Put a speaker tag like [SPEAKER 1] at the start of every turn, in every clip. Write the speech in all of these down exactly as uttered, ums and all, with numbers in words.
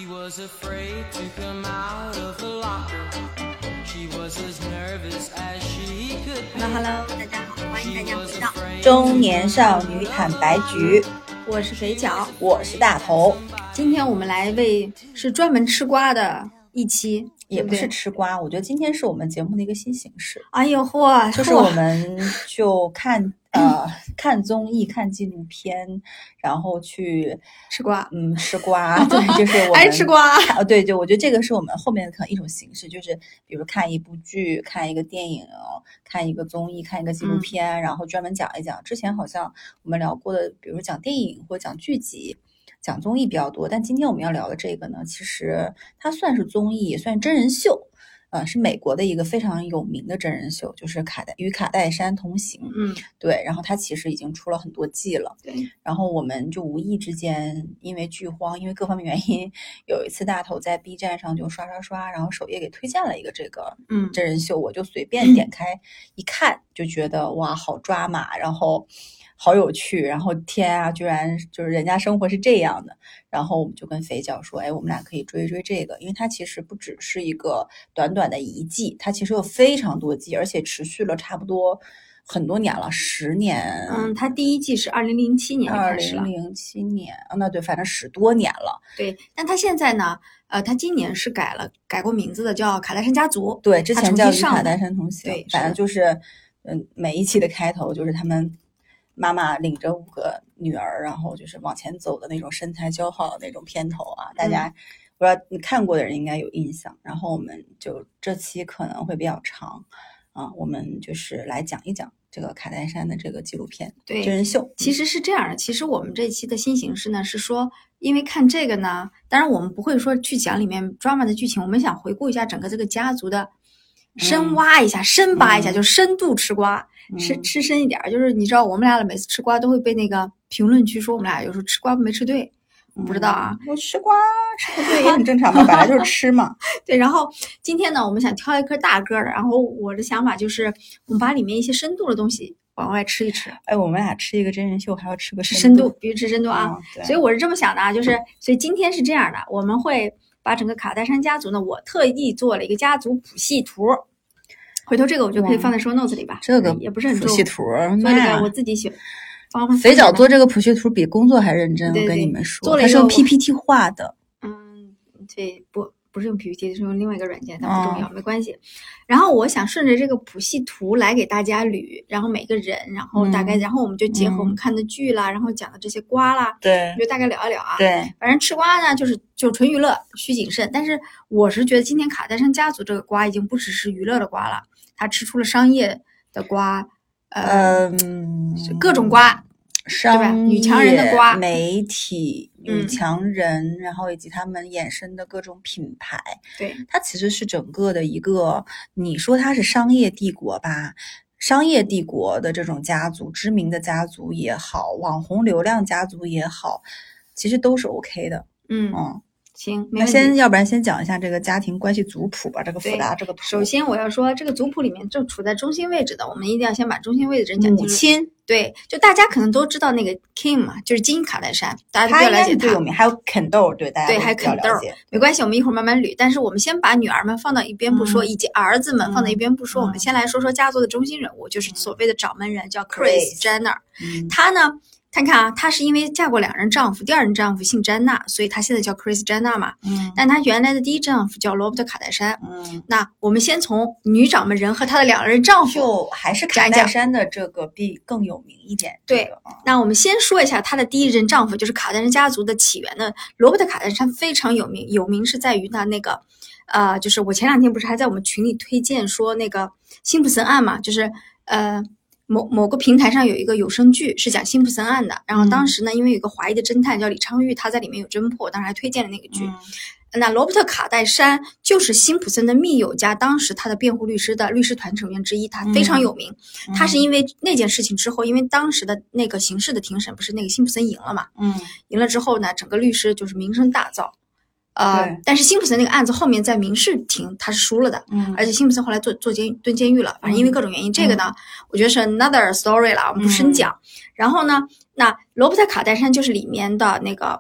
[SPEAKER 1] was afraid to come out of the locker. She was as nervous as she could be.
[SPEAKER 2] Hello Hello， 大家好，欢迎大家回到
[SPEAKER 3] 中年少女坦白局。
[SPEAKER 2] 我是肥脚，
[SPEAKER 3] 我是大头。
[SPEAKER 2] 今天我们来为是专门吃瓜的一期，
[SPEAKER 3] 也不是吃瓜，我觉得今天是我们节目的一个新形式。
[SPEAKER 2] 哎呦嚯，
[SPEAKER 3] 就是我们就看呃看综艺、看纪录片，然后去
[SPEAKER 2] 吃瓜，
[SPEAKER 3] 嗯，吃瓜，对，就是我们
[SPEAKER 2] 还吃瓜。
[SPEAKER 3] 哦，对对，我觉得这个是我们后面的可能一种形式，就是比如看一部剧、看一个电影、看一个综艺、看一个纪录片，嗯、然后专门讲一讲。之前好像我们聊过的，比如讲电影或讲剧集。讲综艺比较多，但今天我们要聊的这个呢，其实它算是综艺，也算真人秀，呃，是美国的一个非常有名的真人秀，就是卡戴与卡戴珊同行。
[SPEAKER 2] 嗯，
[SPEAKER 3] 对，然后它其实已经出了很多季了。
[SPEAKER 2] 对，
[SPEAKER 3] 然后我们就无意之间，因为剧荒，因为各方面原因，有一次大头在 B 站上就刷刷刷，然后首页给推荐了一个这个嗯真人秀，嗯、我就随便点开一看，就觉得哇，好抓马，然后。好有趣，然后天啊，居然就是人家生活是这样的，然后我们就跟肥脚说，哎，我们俩可以追追这个，因为它其实不只是一个短短的一季，它其实有非常多季，而且持续了差不多很多年了，十年。
[SPEAKER 2] 嗯，它第一季是二零零七年开始了，
[SPEAKER 3] 二零零七年，那对，反正十多年了。
[SPEAKER 2] 对，但它现在呢，呃，它今年是改了，改过名字的，叫卡戴珊家族。
[SPEAKER 3] 对，之前叫与卡戴珊同行。
[SPEAKER 2] 对，
[SPEAKER 3] 反正就是，嗯，每一期的开头就是他们。妈妈领着五个女儿，然后就是往前走的那种身材姣好的那种片头啊，大家不知道你看过的人应该有印象。然后我们就这期可能会比较长啊，我们就是来讲一讲这个卡戴珊的这个纪录片，
[SPEAKER 2] 对
[SPEAKER 3] 真人秀。
[SPEAKER 2] 其实是这样的，其实我们这期的新形式呢是说，因为看这个呢，当然我们不会说去讲里面 drama 的剧情，我们想回顾一下整个这个家族的。深挖一下，嗯、深扒一下，嗯、就深度吃瓜，嗯、吃吃深一点。就是你知道，我们俩每次吃瓜都会被那个评论区说我们俩有时候吃瓜没吃对，嗯、不知道啊。
[SPEAKER 3] 我吃瓜吃不对也很正常嘛，本来就是吃嘛。
[SPEAKER 2] 对，然后今天呢，我们想挑一颗大个的，然后我的想法就是我们把里面一些深度的东西往外吃一吃。
[SPEAKER 3] 哎，我们俩吃一个真人秀还要吃个
[SPEAKER 2] 深度，必须吃深度啊。
[SPEAKER 3] 嗯、
[SPEAKER 2] 所以我是这么想的啊，就是所以今天是这样的，我们会把整个卡戴珊家族呢，我特意做了一个家族谱系图。回头这个我就可以放在 show notes 里吧，
[SPEAKER 3] 这个
[SPEAKER 2] 也不是很重。
[SPEAKER 3] 谱系图，
[SPEAKER 2] 做这个我自己写。
[SPEAKER 3] 肥脚做这个谱系图比工作还认真，我跟你们说，
[SPEAKER 2] 做了
[SPEAKER 3] 它是用 P P T 画的。
[SPEAKER 2] 嗯，这不不是用 P P T， 是用另外一个软件，它不重要，嗯、没关系。然后我想顺着这个谱系图来给大家捋，然后每个人，然后大概，嗯、然后我们就结合我们看的剧啦，嗯、然后讲的这些瓜啦，
[SPEAKER 3] 对，
[SPEAKER 2] 就大概聊一聊啊。
[SPEAKER 3] 对，
[SPEAKER 2] 反正吃瓜呢，就是就纯娱乐，需谨慎。但是我是觉得今天卡戴珊家族这个瓜已经不只是娱乐的瓜了。他吃出了商业的瓜，呃，
[SPEAKER 3] 嗯，
[SPEAKER 2] 各种瓜，
[SPEAKER 3] 商业、
[SPEAKER 2] 女强人的瓜，
[SPEAKER 3] 媒体、女强人，嗯、然后以及他们衍生的各种品牌。
[SPEAKER 2] 对，
[SPEAKER 3] 它其实是整个的一个，你说它是商业帝国吧？商业帝国的这种家族，知名的家族也好，网红流量家族也好，其实都是 OK 的。
[SPEAKER 2] 嗯
[SPEAKER 3] 嗯。
[SPEAKER 2] 行，
[SPEAKER 3] 那先要不然先讲一下这个家庭关系族谱吧，这个复杂这个图。
[SPEAKER 2] 首先我要说，这个族谱里面正处在中心位置的，我们一定要先把中心位置人讲清楚。
[SPEAKER 3] 母亲，
[SPEAKER 2] 对，就大家可能都知道那个 Kim 嘛，就是金卡戴珊，大家都比较了解
[SPEAKER 3] 他。最有名，还有肯豆，对大家
[SPEAKER 2] 对，还有肯豆，没关系，我们一会儿慢慢捋。但是我们先把女儿们放到一边不说，嗯、以及儿子们放到一边不说，嗯、我们先来说说家族的中心人物，就是所谓的掌门人，叫 Kris Jenner。
[SPEAKER 3] 嗯、
[SPEAKER 2] 他呢？看看啊，她是因为嫁过两任丈夫，第二任丈夫姓詹娜，所以她现在叫 Kris Jenner 嘛。
[SPEAKER 3] 嗯，
[SPEAKER 2] 但她原来的第一丈夫叫罗伯特卡戴珊。
[SPEAKER 3] 嗯，
[SPEAKER 2] 那我们先从女掌门人和她的两任丈夫，
[SPEAKER 3] 就还是卡戴珊的这个比更有名一点。
[SPEAKER 2] 对，
[SPEAKER 3] 这个嗯、
[SPEAKER 2] 那我们先说一下她的第一任丈夫，就是卡戴珊家族的起源的罗伯特卡戴珊非常有名，有名是在于呢那个，呃，就是我前两天不是还在我们群里推荐说那个辛普森案嘛，就是呃。某某个平台上有一个有声剧是讲辛普森案的，然后当时呢，因为有个华裔的侦探叫李昌钰，他在里面有侦破，当时还推荐了那个剧。嗯、那罗伯特卡戴珊就是辛普森的密友加当时他的辩护律师的律师团成员之一，他非常有名。嗯、他是因为那件事情之后，因为当时的那个刑事的庭审不是那个辛普森赢了嘛，
[SPEAKER 3] 嗯，
[SPEAKER 2] 赢了之后呢，整个律师就是名声大噪。呃，但是辛普森那个案子后面在民事庭他是输了的，
[SPEAKER 3] 嗯，
[SPEAKER 2] 而且辛普森后来坐坐监蹲监狱了，反正因为各种原因，嗯、这个呢，我觉得是 another story 了，我们不深讲。嗯、然后呢，那罗伯特卡戴珊就是里面的那个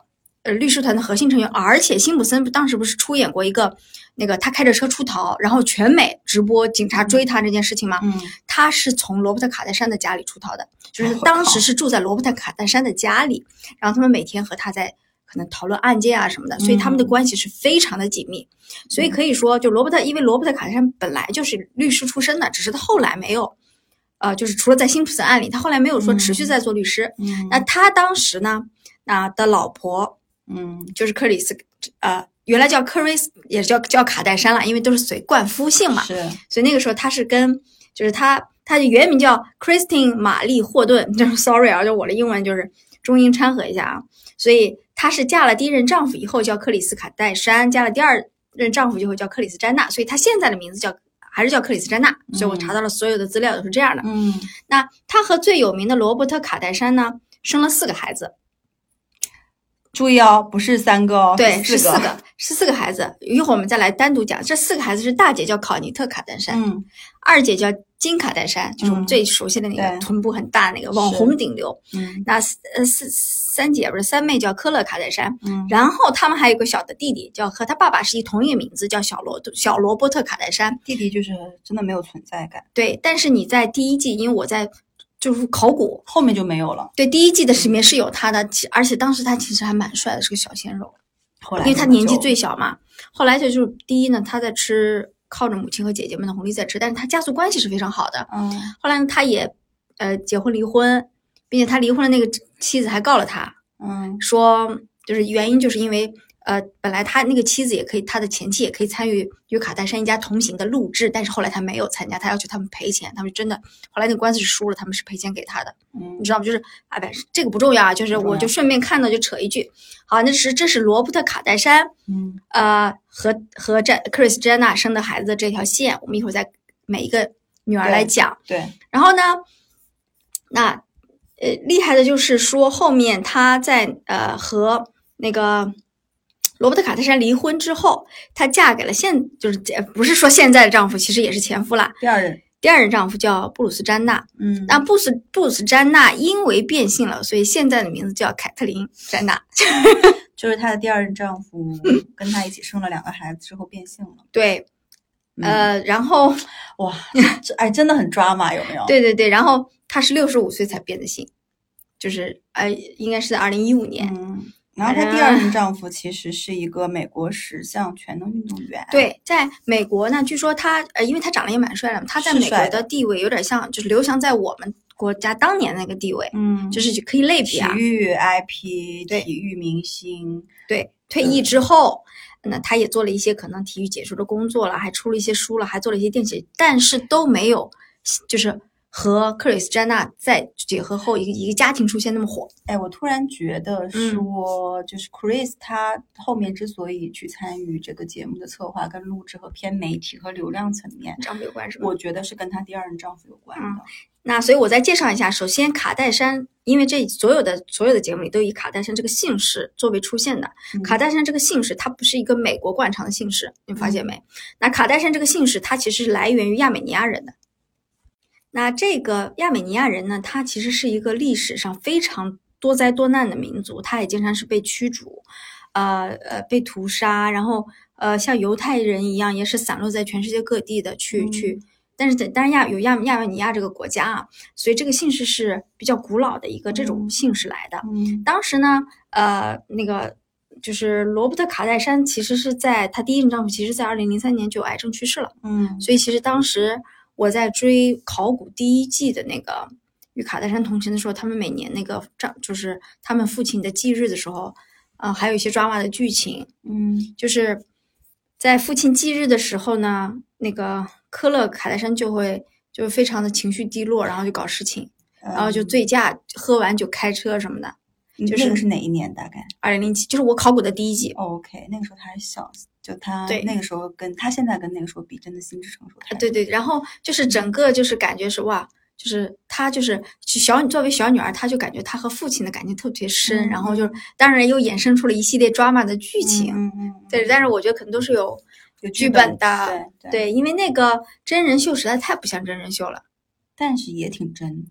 [SPEAKER 2] 呃律师团的核心成员，而且辛普森当时不是出演过一个那个他开着车出逃，然后全美直播警察追他这件事情吗？
[SPEAKER 3] 嗯，
[SPEAKER 2] 他是从罗伯特卡戴珊的家里出逃的，就是当时是住在罗伯特卡戴珊的家里，然后他们每天和他在可能讨论案件啊什么的，所以他们的关系是非常的紧密。嗯、所以可以说，就罗伯特，因为罗伯特卡戴珊本来就是律师出身的，只是他后来没有。呃，就是除了在辛普森案里，他后来没有说持续在做律师。
[SPEAKER 3] 嗯，
[SPEAKER 2] 那他当时呢，那的老婆，
[SPEAKER 3] 嗯，
[SPEAKER 2] 就是克里斯，呃，原来叫克瑞斯，也叫叫卡戴珊了，因为都是随冠夫姓嘛。
[SPEAKER 3] 是，
[SPEAKER 2] 所以那个时候他是跟，就是他他的原名叫 Christine 玛丽霍顿，就是 sorry 啊，就我的英文就是中英掺和一下啊。所以她是嫁了第一任丈夫以后叫克里斯卡戴珊，嫁了第二任丈夫以后叫克里斯詹娜，所以她现在的名字叫。还是叫克里斯詹娜，所以我查到了所有的资料都是这样的。
[SPEAKER 3] 嗯，
[SPEAKER 2] 那他和最有名的罗伯特卡戴珊呢，生了四个孩子。
[SPEAKER 3] 注意哦，不是三个哦，
[SPEAKER 2] 对，
[SPEAKER 3] 是
[SPEAKER 2] 四个，是四个孩子。一会儿我们再来单独讲。这四个孩子是大姐叫考尼特卡戴珊，
[SPEAKER 3] 嗯，
[SPEAKER 2] 二姐叫金卡戴珊，就是我们最熟悉的那个、嗯、臀部很大的那个网红顶流。
[SPEAKER 3] 嗯，
[SPEAKER 2] 那呃四三姐不是三妹叫科勒卡戴珊，
[SPEAKER 3] 嗯，
[SPEAKER 2] 然后他们还有一个小的弟弟，叫和他爸爸是一同一个名字，叫小罗小罗伯特卡戴珊。
[SPEAKER 3] 弟弟就是真的没有存在感。
[SPEAKER 2] 对，但是你在第一季，因为我在。就是考古
[SPEAKER 3] 后面就没有了。
[SPEAKER 2] 对，第一季的里面是有他的，而且当时他其实还蛮帅的，是个小鲜肉。
[SPEAKER 3] 后来
[SPEAKER 2] 因为他年纪最小嘛，后来就就是第一呢，他在吃靠着母亲和姐姐们的红利在吃，但是他家族关系是非常好的。
[SPEAKER 3] 嗯，
[SPEAKER 2] 后来呢，他也呃结婚离婚，并且他离婚的那个妻子还告了他。
[SPEAKER 3] 嗯，
[SPEAKER 2] 说就是原因就是因为。呃，本来他那个妻子也可以，他的前妻也可以参与与卡戴珊一家同行的录制，但是后来他没有参加，他要求他们赔钱，他们真的后来那个官司是输了，他们是赔钱给他的，
[SPEAKER 3] 嗯，
[SPEAKER 2] 你知道吗？就是啊，不，这个不重要啊，就是我就顺便看到就扯一句，好，那是这是罗伯特卡戴珊，
[SPEAKER 3] 嗯，
[SPEAKER 2] 呃，和和詹克里斯詹娜生的孩子的这条线，我们一会儿再每一个女儿来讲，
[SPEAKER 3] 对，对
[SPEAKER 2] 然后呢，那呃厉害的就是说后面他在呃和那个。罗伯特卡戴珊离婚之后，她嫁给了现就是不是说现在的丈夫，其实也是前夫啦。
[SPEAKER 3] 第二任，
[SPEAKER 2] 第二任丈夫叫布鲁斯詹娜。
[SPEAKER 3] 嗯，
[SPEAKER 2] 那布斯布鲁斯詹娜因为变性了，所以现在的名字叫凯特琳詹娜。
[SPEAKER 3] 就是她的第二任丈夫跟她一起生了两个孩子之后变性了。
[SPEAKER 2] 对，
[SPEAKER 3] 嗯、
[SPEAKER 2] 呃，然后
[SPEAKER 3] 哇，这哎真的很抓马，有没有？
[SPEAKER 2] 对对对，然后她是六十五岁才变的性，就是呃，应该是在二零一五年。
[SPEAKER 3] 嗯。然后她第二任丈夫其实是一个美国十项全能运动员。
[SPEAKER 2] 对，在美国呢，据说他呃，因为他长得也蛮帅的，他在美国的地位有点像，就是刘翔在我们国家当年那个地位，
[SPEAKER 3] 嗯，
[SPEAKER 2] 就是可以类比啊。
[SPEAKER 3] 体育 I P， 体育明星。
[SPEAKER 2] 对，退役之后，那他也做了一些可能体育解说的工作了，还出了一些书了，还做了一些电视，但是都没有，就是。和克里斯詹娜在结合后一个一个家庭出现那么火。
[SPEAKER 3] 哎，我突然觉得说，嗯、就是 Chris 他后面之所以去参与这个节目的策划跟录制和偏媒体和流量层面，
[SPEAKER 2] 丈夫有关是吧？
[SPEAKER 3] 我觉得是跟他第二任丈夫有关的。嗯、
[SPEAKER 2] 那所以我再介绍一下，首先卡戴珊，因为这所有的所有的节目里都以卡戴珊这个姓氏作为出现的。嗯、卡戴珊这个姓氏它不是一个美国惯常的姓氏，你发现没？嗯、那卡戴珊这个姓氏它其实是来源于亚美尼亚人的。那这个亚美尼亚人呢，他其实是一个历史上非常多灾多难的民族，他也经常是被驱逐，呃呃被屠杀，然后呃像犹太人一样，也是散落在全世界各地的去、嗯、去。但是但是亚有亚亚美尼亚这个国家啊，所以这个姓氏是比较古老的一个这种姓氏来的。
[SPEAKER 3] 嗯，
[SPEAKER 2] 当时呢，呃那个就是罗伯特卡戴珊，其实是在他第一任丈夫，其实在二零零三年就癌症去世了。
[SPEAKER 3] 嗯，
[SPEAKER 2] 所以其实当时。我在追考古第一季的那个与卡戴珊同行的时候，他们每年那个丈就是他们父亲的忌日的时候，呃，还有一些抓马的剧情，
[SPEAKER 3] 嗯，
[SPEAKER 2] 就是在父亲忌日的时候呢，那个科勒卡戴珊就会就非常的情绪低落，然后就搞事情，
[SPEAKER 3] 嗯、
[SPEAKER 2] 然后就醉驾，喝完就开车什么的。
[SPEAKER 3] 就是那个是哪一年？大概
[SPEAKER 2] 二零零七，就是我考古的第一季。
[SPEAKER 3] 哦、OK， 那个时候他还小，就他那个时候跟他现在跟那个时候比，真的心智成熟太多。
[SPEAKER 2] 对对，然后就是整个就是感觉是哇，就是他就是小作为小女儿，她就感觉她和父亲的感情特别深，
[SPEAKER 3] 嗯、
[SPEAKER 2] 然后就当然又衍生出了一系列 drama 的剧情。
[SPEAKER 3] 嗯嗯，
[SPEAKER 2] 对，但是我觉得可能都是有
[SPEAKER 3] 有
[SPEAKER 2] 剧本的，
[SPEAKER 3] 对 对,
[SPEAKER 2] 对，因为那个真人秀实在太不像真人秀了，
[SPEAKER 3] 但是也挺真。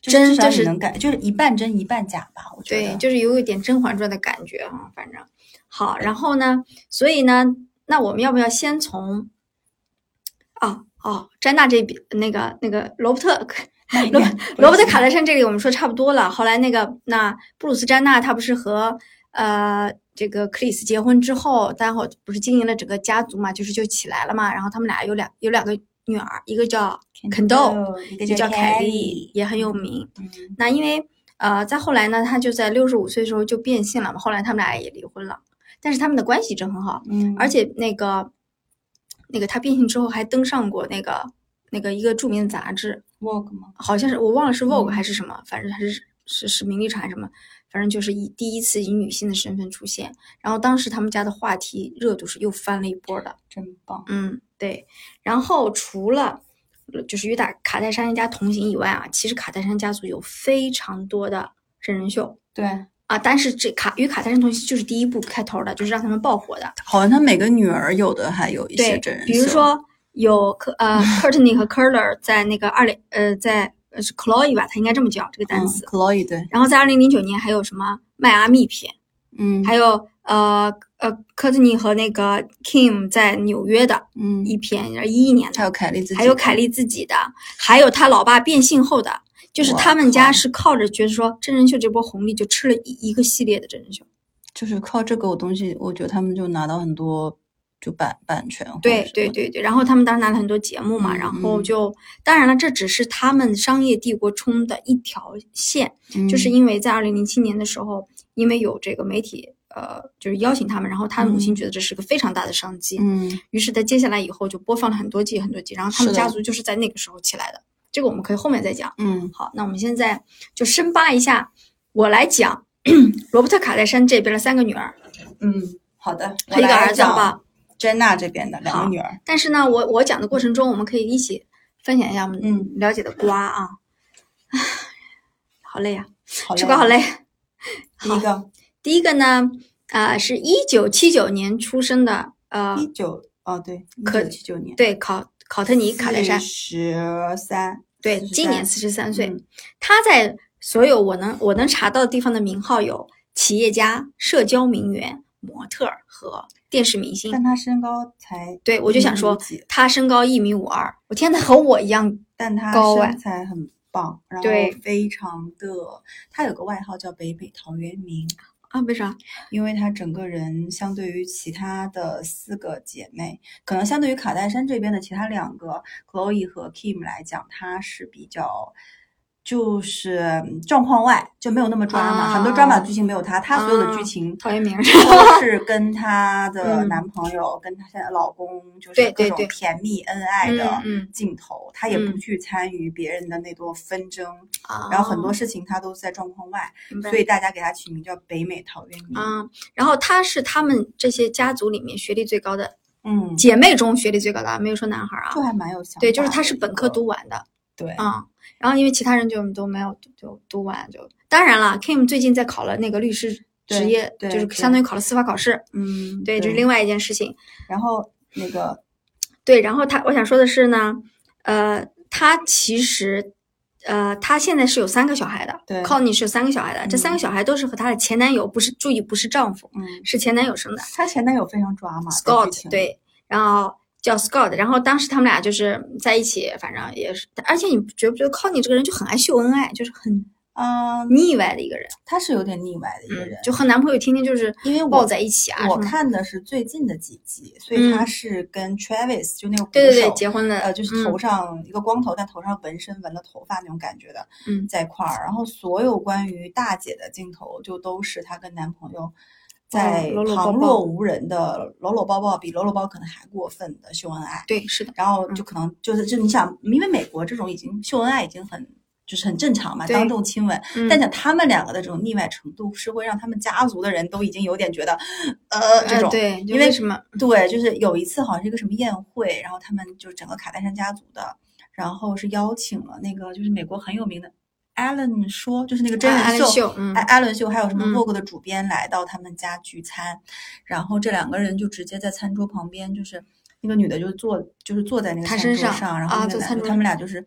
[SPEAKER 2] 真就是
[SPEAKER 3] 能感，就是一半真一半假吧，我觉得。
[SPEAKER 2] 对，就是有一点《甄嬛传》的感觉啊，反正好。然后呢，所以呢，那我们要不要先从哦哦，詹娜这边那个那个罗伯特。罗罗伯特卡戴珊这里我们说差不多了。后来那个那布鲁斯詹娜他不是和呃这个克里斯结婚之后，待会不是经营了整个家族嘛，就是就起来了嘛。然后他们俩有两有两个女儿，一个叫肯豆，一个叫凯莉，也很有名。
[SPEAKER 3] 嗯、
[SPEAKER 2] 那因为呃再后来呢，他就在六十五岁的时候就变性了嘛。后来他们俩也离婚了，但是他们的关系一直很好。
[SPEAKER 3] 嗯，
[SPEAKER 2] 而且那个那个他变性之后还登上过那个。那个一个著名的杂志
[SPEAKER 3] Vogue 吗？
[SPEAKER 2] 好像是我忘了是 Vogue 还是什么，嗯、反正还是是是名利场还是什么，反正就是以第一次以女性的身份出现。然后当时他们家的话题热度是又翻了一波的，
[SPEAKER 3] 真棒。
[SPEAKER 2] 嗯，对。然后除了就是与打卡戴珊一家同行以外啊，其实卡戴珊家族有非常多的真人秀。
[SPEAKER 3] 对。
[SPEAKER 2] 啊，但是这卡与卡戴珊同行就是第一部开头的，就是让他们爆火的。
[SPEAKER 3] 好像他每个女儿有的还有一些真人秀，
[SPEAKER 2] 比如说。有科呃 Courtney 和 Curler 在那个二零呃在呃是 Chloe 吧，他应该这么叫这个单词。
[SPEAKER 3] 嗯、Chloe 对。
[SPEAKER 2] 然后在二零零九年还有什么迈阿密篇，
[SPEAKER 3] 嗯，
[SPEAKER 2] 还有呃呃 Courtney 和那个 Kim 在纽约的，
[SPEAKER 3] 嗯，
[SPEAKER 2] 一篇一一年的，
[SPEAKER 3] 还有凯莉自己的，
[SPEAKER 2] 还有凯莉自己的，还有他老爸变性后的，就是他们家是靠着觉得说真人秀这波红利就吃了一一个系列的真人秀，
[SPEAKER 3] 就是靠这个东西，我觉得他们就拿到很多。就版版权，
[SPEAKER 2] 对对对对，然后他们当时拿了很多节目嘛，
[SPEAKER 3] 嗯、
[SPEAKER 2] 然后就当然了，这只是他们商业帝国冲的一条线，
[SPEAKER 3] 嗯、
[SPEAKER 2] 就是因为在二零零七年的时候，因为有这个媒体呃，就是邀请他们，然后他的母亲觉得这是个非常大的商机，
[SPEAKER 3] 嗯，
[SPEAKER 2] 于是，在接下来以后就播放了很多季很多季，然后他们家族就是在那个时候起来的，这个我们可以后面再讲。
[SPEAKER 3] 嗯，
[SPEAKER 2] 好，那我们现在就深扒一下，我来讲罗伯特卡戴珊这边的三个女儿。
[SPEAKER 3] 嗯，好的，
[SPEAKER 2] 和一个儿子，好吧。
[SPEAKER 3] 珍娜这边的两个女儿，
[SPEAKER 2] 但是呢，我我讲的过程中，我们可以一起分享一下我们
[SPEAKER 3] 嗯
[SPEAKER 2] 了解的瓜啊。唉，好累啊，
[SPEAKER 3] 好累
[SPEAKER 2] 吃瓜好累。
[SPEAKER 3] 第一个，
[SPEAKER 2] 第一个呢，呃，是一九七九年出生的，呃，
[SPEAKER 3] 一九哦对，一九七九年，
[SPEAKER 2] 对，考考特尼卡戴珊，
[SPEAKER 3] 十三，
[SPEAKER 2] 对，今年四十三岁。嗯、他在所有我能我能查到的地方的名号有企业家、社交名媛、模特和电视明星，
[SPEAKER 3] 但他身高才
[SPEAKER 2] 对，我就想说他身高一米五二，我天，他和我一样高，
[SPEAKER 3] 但他身材很棒，然后非常的，他有个外号叫北北陶渊明
[SPEAKER 2] 啊，为啥？
[SPEAKER 3] 因为他整个人相对于其他的四个姐妹，可能相对于卡戴珊这边的其他两个 Chloe 和 Kim 来讲，他是比较。就是状况外就没有那么抓嘛、啊，很多抓马剧情没有他，他所有的剧情
[SPEAKER 2] 陶渊明
[SPEAKER 3] 都是跟他的男朋友、嗯、跟他现在老公就是各种甜蜜恩爱的镜头，
[SPEAKER 2] 嗯、
[SPEAKER 3] 他也不去参与别人的那多纷争、
[SPEAKER 2] 嗯，
[SPEAKER 3] 然后很多事情他都在状况外，所以大家给他取名叫北美陶渊明。
[SPEAKER 2] 嗯，然后他是他们这些家族里面学历最高的，
[SPEAKER 3] 嗯，
[SPEAKER 2] 姐妹中学历最高的，没有说男孩啊，
[SPEAKER 3] 就还蛮有想法。
[SPEAKER 2] 对，就是他是本科读完的。
[SPEAKER 3] 对，
[SPEAKER 2] 嗯，然后因为其他人就都没有就读完，就当然了 ，Kim 最近在考了那个律师职业，就是相当于考了司法考试，
[SPEAKER 3] 嗯，
[SPEAKER 2] 对，这是另外一件事情。
[SPEAKER 3] 然后那个，
[SPEAKER 2] 对，然后他我想说的是呢，呃，他其实，呃，他现在是有三个小孩的，
[SPEAKER 3] 对
[SPEAKER 2] ，Connie 是有三个小孩的、嗯，这三个小孩都是和他的前男友，不是注意不是丈夫，
[SPEAKER 3] 嗯，
[SPEAKER 2] 是前男友生的。
[SPEAKER 3] 他前男友非常抓马
[SPEAKER 2] ，Scott 对，然后。叫 Scott， 然后当时他们俩就是在一起，反正也是，而且你觉不觉得 Connie 这个人就很爱秀恩爱，就是很
[SPEAKER 3] 嗯
[SPEAKER 2] 腻歪的一个人。
[SPEAKER 3] 他是有点腻歪的一个人，
[SPEAKER 2] 嗯、就和男朋友天天就是
[SPEAKER 3] 因为
[SPEAKER 2] 抱在一起啊。
[SPEAKER 3] 我看的是最近的几集，所以他是跟 Travis、嗯、就那个鼓手
[SPEAKER 2] 对对对结婚的，
[SPEAKER 3] 呃，就是头上一个光头，嗯、但头上纹身纹了头发那种感觉的，
[SPEAKER 2] 嗯，
[SPEAKER 3] 在一块儿。然后所有关于大姐的镜头就都是她跟男朋友。在旁若无人的搂搂抱抱，比搂搂抱可能还过分的秀恩爱。
[SPEAKER 2] 对，是的。
[SPEAKER 3] 然后就可能就是就你想，因为美国这种已经秀恩爱已经很就是很正常嘛，当众亲吻。
[SPEAKER 2] 嗯、
[SPEAKER 3] 但讲他们两个的这种腻歪程度，是会让他们家族的人都已经有点觉得，呃，这种。
[SPEAKER 2] 呃、对，
[SPEAKER 3] 因为
[SPEAKER 2] 什么？
[SPEAKER 3] 对，就是有一次好像是一个什么宴会，然后他们就整个卡戴珊家族的，然后是邀请了那个就是美国很有名的。Alan 说，就是那个真人秀，
[SPEAKER 2] 秀，嗯
[SPEAKER 3] ，Alan 秀，还有什么 Vogue 的主编来到他们家聚餐，嗯、然后这两个人就直接在餐桌旁边，就是那个女的就坐，就是坐在那个餐桌上，
[SPEAKER 2] 上
[SPEAKER 3] 然后那个男的、
[SPEAKER 2] 啊、
[SPEAKER 3] 他们俩就是不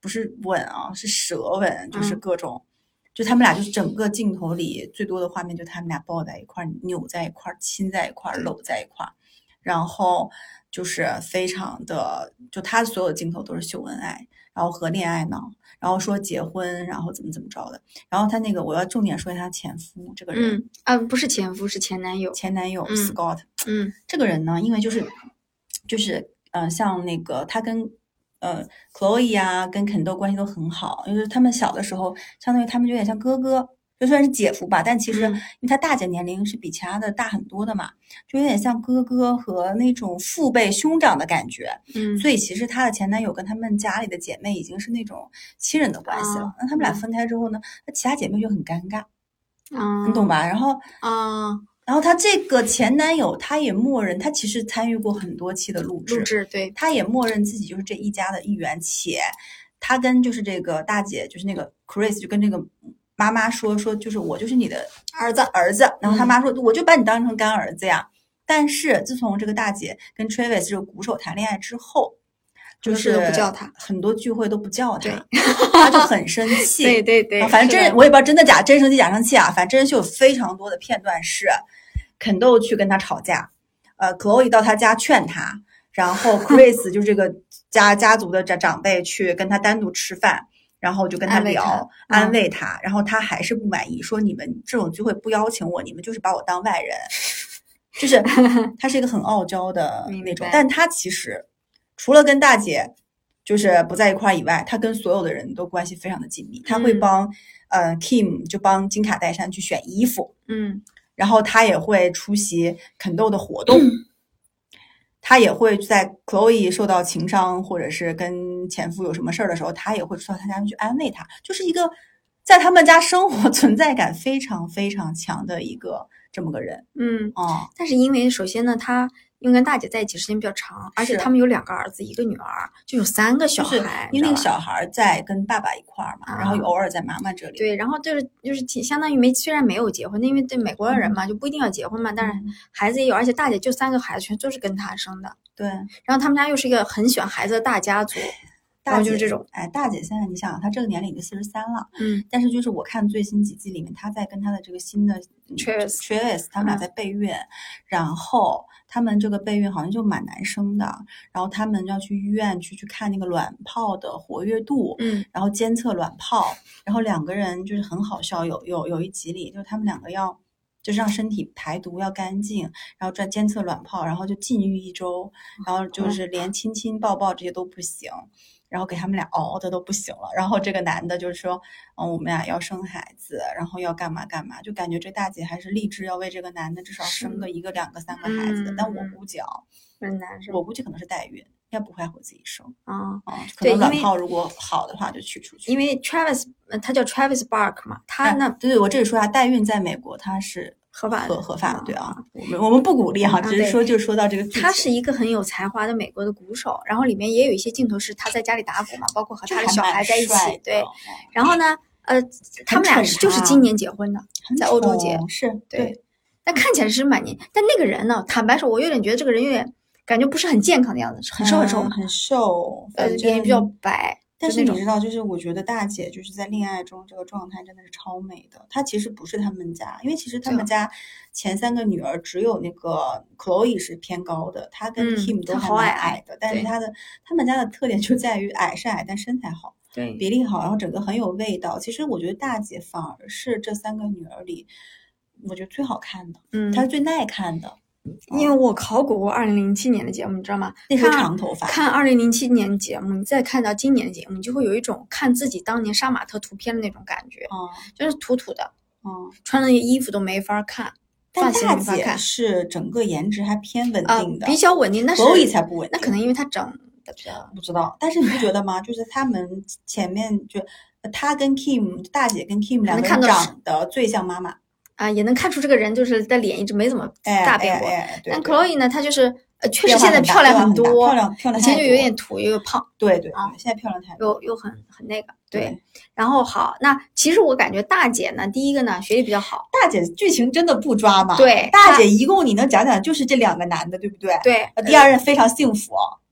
[SPEAKER 3] 不是吻啊，是舌吻，就是各种。嗯就他们俩就是整个镜头里最多的画面，就他们俩抱在一块儿，扭在一块儿，亲在一块儿，搂在一块儿，然后就是非常的，就他所有的镜头都是秀恩爱，然后和恋爱脑，然后说结婚，然后怎么怎么着的。然后他那个我要重点说一下他前夫这个人，
[SPEAKER 2] 嗯啊，不是前夫，是前男友，
[SPEAKER 3] 前男友、
[SPEAKER 2] 嗯、
[SPEAKER 3] Scott，
[SPEAKER 2] 嗯，
[SPEAKER 3] 这个人呢，因为就是就是呃，像那个他跟。呃 ，Chloe 啊，跟肯豆关系都很好，因为他们小的时候，相当于他们就有点像哥哥，就算是姐夫吧，但其实因为他大姐年龄是比其他的大很多的嘛，就有点像哥哥和那种父辈兄长的感觉。
[SPEAKER 2] 嗯，
[SPEAKER 3] 所以其实他的前男友跟他们家里的姐妹已经是那种亲人的关系了。
[SPEAKER 2] 啊、
[SPEAKER 3] 那他们俩分开之后呢，那其他姐妹就很尴尬，
[SPEAKER 2] 啊，
[SPEAKER 3] 你懂吧？然后
[SPEAKER 2] 啊。
[SPEAKER 3] 然后他这个前男友，他也默认，他其实参与过很多期的录制，
[SPEAKER 2] 录制对，
[SPEAKER 3] 他也默认自己就是这一家的一员，且他跟就是这个大姐，就是那个 Chris， 就跟这个妈妈说说，就是我就是你的
[SPEAKER 2] 儿子
[SPEAKER 3] 儿子。然后他妈说，嗯、我就把你当成干儿子呀。但是自从这个大姐跟 Travis 这个鼓手谈恋爱之后，就是
[SPEAKER 2] 不叫他，
[SPEAKER 3] 很多聚会都不叫他，他就很生气。
[SPEAKER 2] 对对对，
[SPEAKER 3] 反正真我也不知道真的假，真生气假生气啊。反正真人秀有非常多的片段是。肯豆去跟他吵架，呃 ，Chloe 到他家劝他，然后 Chris 就是这个家家族的长长辈去跟他单独吃饭，然后就跟他聊，
[SPEAKER 2] 安慰 他,、
[SPEAKER 3] 安慰他、嗯，然后他还是不满意，说你们这种聚会不邀请我，你们就是把我当外人，就是他是一个很傲娇的那种，但他其实除了跟大姐就是不在一块以外，他跟所有的人都关系非常的紧密，他会帮、嗯、呃 Kim 就帮金卡戴珊去选衣服，
[SPEAKER 2] 嗯。
[SPEAKER 3] 然后他也会出席肯豆的活动、嗯、他也会在 Chloe 受到情伤或者是跟前夫有什么事儿的时候，他也会去到他家去安慰他，就是一个在他们家生活存在感非常非常强的一个这么个人。
[SPEAKER 2] 嗯
[SPEAKER 3] 哦，
[SPEAKER 2] 但是因为首先呢他因为跟大姐在一起时间比较长，而且他们有两个儿子一个女儿，就有三个小孩、就是、
[SPEAKER 3] 因为那个小孩在跟爸爸一块儿嘛、啊、然后偶尔在妈妈这里。
[SPEAKER 2] 对，然后就是就是挺相当于没虽然没有结婚，因为对美国人嘛、嗯、就不一定要结婚嘛，但是孩子也有，而且大姐就三个孩子全都是跟他生的。
[SPEAKER 3] 对，
[SPEAKER 2] 然后他们家又是一个很喜欢孩子的大家族。
[SPEAKER 3] 大姐
[SPEAKER 2] 就是这种，
[SPEAKER 3] 哎，大姐现在你想，她这个年龄已经四十三了，
[SPEAKER 2] 嗯，
[SPEAKER 3] 但是就是我看最新几季里面，她在跟她的这个新的
[SPEAKER 2] Travis
[SPEAKER 3] Travis 他们俩在备孕、嗯，然后他们这个备孕好像就蛮难生的，然后他们要去医院去去看那个卵泡的活跃度，
[SPEAKER 2] 嗯，
[SPEAKER 3] 然后监测卵泡，然后两个人就是很好笑，有有有一集里就是他们两个要。就是让身体排毒要干净，然后再监测卵泡，然后就禁欲一周，然后就是连亲亲抱抱这些都不行，然后给他们俩熬的都不行了。然后这个男的就是说，嗯，我们俩要生孩子，然后要干嘛干嘛，就感觉这大姐还是立志要为这个男的至少生个一个、两个、三个孩子的。
[SPEAKER 2] 嗯、
[SPEAKER 3] 但我估计啊，
[SPEAKER 2] 很难受，
[SPEAKER 3] 我估计可能是代孕。要不会会自己生
[SPEAKER 2] 啊
[SPEAKER 3] 啊，可能卵泡如果好的话就取出去。
[SPEAKER 2] 因为 Travis 他叫 Travis Barker 嘛，他那、
[SPEAKER 3] 啊、对对，我这里说一下，代孕在美国它是
[SPEAKER 2] 合法
[SPEAKER 3] 合合法的，对啊，我们我们不鼓励哈，只是说就是说到这个。
[SPEAKER 2] 他是一个很有才华的美国的鼓手，然后里面也有一些镜头是他在家里打鼓嘛，包括和他的小孩在一起，对。然后呢，呃，他们俩是就是今年结婚的，在欧洲结，
[SPEAKER 3] 是对,
[SPEAKER 2] 对。但看起来是蛮年，但那个人呢，坦白说，我有点觉得这个人有点。感觉不是很健康的样子，很瘦很瘦、
[SPEAKER 3] 嗯，很瘦，
[SPEAKER 2] 呃，脸比较白。
[SPEAKER 3] 但是你知道，就是我觉得大姐就是在恋爱中这个状态真的是超美的。她其实不是他们家，因为其实他们家前三个女儿只有那个 Chloe 是偏高的，她跟 Kim 都还蛮矮的。
[SPEAKER 2] 嗯、
[SPEAKER 3] 但是她的他们家的特点就在于矮是矮，但身材好，
[SPEAKER 2] 对，
[SPEAKER 3] 比例好，然后整个很有味道。其实我觉得大姐反而是这三个女儿里，我觉得最好看的，
[SPEAKER 2] 嗯，
[SPEAKER 3] 她是最耐看的。
[SPEAKER 2] 因为我考古过二零零七年的节目，你知道吗？
[SPEAKER 3] 那是长头发。
[SPEAKER 2] 看二零零七年的节目，你再看到今年的节目，你就会有一种看自己当年杀马特图片的那种感觉，
[SPEAKER 3] 嗯，
[SPEAKER 2] 就是土土的，
[SPEAKER 3] 嗯，
[SPEAKER 2] 穿的衣服都没法看，
[SPEAKER 3] 但大姐是整个颜值还偏稳定的，
[SPEAKER 2] 呃、比较稳定，但是
[SPEAKER 3] Chloe 才不稳定，
[SPEAKER 2] 那可能因为她整的比较
[SPEAKER 3] 不知道。但是你不觉得吗？就是他们前面就她跟 Kim 大姐跟 Kim 两个人长得最像妈妈。
[SPEAKER 2] 啊，也能看出这个人就是的脸一直没怎么大变过，
[SPEAKER 3] 哎哎哎对对
[SPEAKER 2] 但 Chloe 呢，她就是呃，确实现在漂亮很多，
[SPEAKER 3] 漂亮漂亮，
[SPEAKER 2] 以前就有点土又胖，
[SPEAKER 3] 对对
[SPEAKER 2] 啊，
[SPEAKER 3] 现在漂亮太多，
[SPEAKER 2] 又又很很那个，对。
[SPEAKER 3] 对
[SPEAKER 2] 然后好，那其实我感觉大姐呢，第一个呢学历比较好，
[SPEAKER 3] 大姐剧情真的不抓马，
[SPEAKER 2] 对，
[SPEAKER 3] 大姐一共你能讲讲就是这两个男的，对不对？
[SPEAKER 2] 对，
[SPEAKER 3] 第二任非常幸福。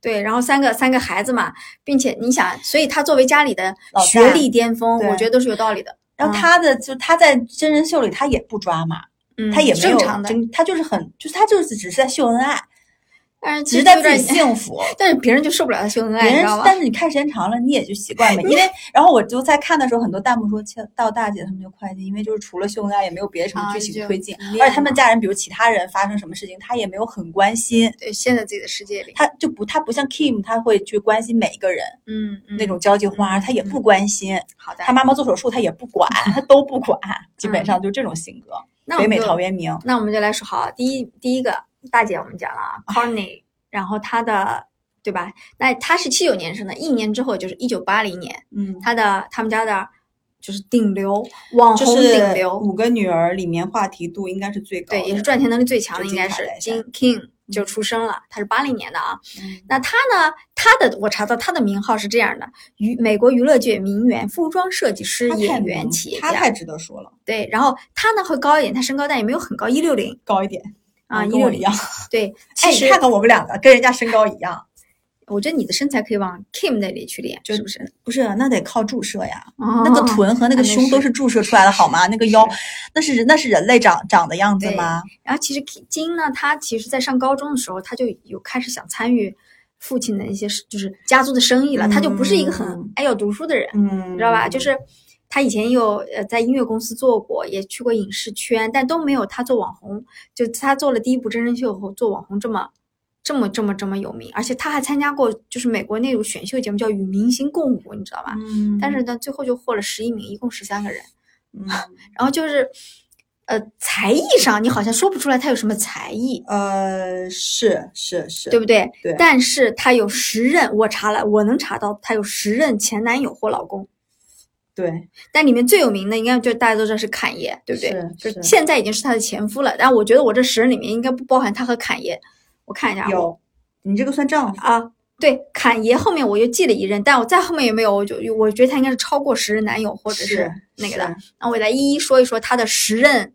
[SPEAKER 2] 对，然后三个三个孩子嘛，并且你想，所以他作为家里的学历巅峰，我觉得都是有道理的。
[SPEAKER 3] 然后他的、嗯、就他在真人秀里他也不抓马，
[SPEAKER 2] 嗯，
[SPEAKER 3] 他也没有
[SPEAKER 2] 正常的，
[SPEAKER 3] 他就是很就是他就是只是在秀恩爱。
[SPEAKER 2] 但是
[SPEAKER 3] 只是在自己幸福，
[SPEAKER 2] 但是别人就受不了他秀恩爱，
[SPEAKER 3] 别人
[SPEAKER 2] 知道吗？
[SPEAKER 3] 但是你看时间长了，你也就习惯了。因为然后我就在看的时候，很多弹幕说到大姐他们就快进，因为就是除了秀恩爱也没有别的什么剧情推进，啊、而且他们家人比如其他人发生什么事情，他也没有很关心。
[SPEAKER 2] 对，陷在自己的世界里，
[SPEAKER 3] 他就不他不像 Kim， 他会去关心每一个人，
[SPEAKER 2] 嗯，嗯
[SPEAKER 3] 那种交际花、
[SPEAKER 2] 嗯、
[SPEAKER 3] 他也不关心。
[SPEAKER 2] 好的，
[SPEAKER 3] 他妈妈做手术他也不管，他都不管，基本上就这种性格。
[SPEAKER 2] 那
[SPEAKER 3] 北美陶渊明，
[SPEAKER 2] 那我们就来说好，第一第一个大姐我们讲了啊 ，Courtney。然后他的对吧？那他是七九年生的，一年之后就是一九八零年。
[SPEAKER 3] 嗯，
[SPEAKER 2] 他的他们家的就是顶流网红顶流，
[SPEAKER 3] 就是、五个女儿里面话题度应该是最高的，
[SPEAKER 2] 对，也是赚钱能力最强的，应该是金 King 就出生了，嗯、他是八零年的啊。
[SPEAKER 3] 嗯、
[SPEAKER 2] 那他呢？他的我查到他的名号是这样的：娱美国娱乐界名媛、服装设计师、演员、企业家。
[SPEAKER 3] 他太值得说了。
[SPEAKER 2] 对，然后他呢会高一点，他身高但也没有很高，一六零，
[SPEAKER 3] 高一点。
[SPEAKER 2] 啊，
[SPEAKER 3] 跟我一样。
[SPEAKER 2] 对，
[SPEAKER 3] 其实、哎、看看我们两个跟人家身高一样，
[SPEAKER 2] 我觉得你的身材可以往 Kim 那里去练，是不是？
[SPEAKER 3] 不是，那得靠注射呀。
[SPEAKER 2] 哦、
[SPEAKER 3] 那个臀和那个胸都是注射出来的，好吗？那个腰，那是那是人类长长的样子吗？
[SPEAKER 2] 然后其实金呢，他其实在上高中的时候，他就有开始想参与父亲的一些就是家族的生意了，嗯、他就不是一个很爱要读书的人，
[SPEAKER 3] 嗯，
[SPEAKER 2] 你知道吧？就是。他以前有呃在音乐公司做过，也去过影视圈，但都没有他做网红。就他做了第一部真人秀后，做网红这么这么这么这么有名，而且他还参加过就是美国那种选秀节目叫《与明星共舞》，你知道吧？
[SPEAKER 3] 嗯。
[SPEAKER 2] 但是呢，最后就获了十一名，一共十三个人。
[SPEAKER 3] 嗯。
[SPEAKER 2] 然后就是呃才艺上，你好像说不出来他有什么才艺。
[SPEAKER 3] 呃，是是是，
[SPEAKER 2] 对不对？
[SPEAKER 3] 对。
[SPEAKER 2] 但是他有十任，我查了，我能查到他有十任前男友或老公。
[SPEAKER 3] 对，
[SPEAKER 2] 但里面最有名的应该就大家都知道是侃爷，对不对？
[SPEAKER 3] 是，
[SPEAKER 2] 就现在已经是他的前夫了。但我觉得我这十人里面应该不包含他和侃爷。我看一下，
[SPEAKER 3] 有，你这个算丈夫
[SPEAKER 2] 啊？对，侃爷后面我又记了一任，但我再后面有没有？我就我觉得他应该是超过十任男友或者是那个的。那我来一一说一说他的十任。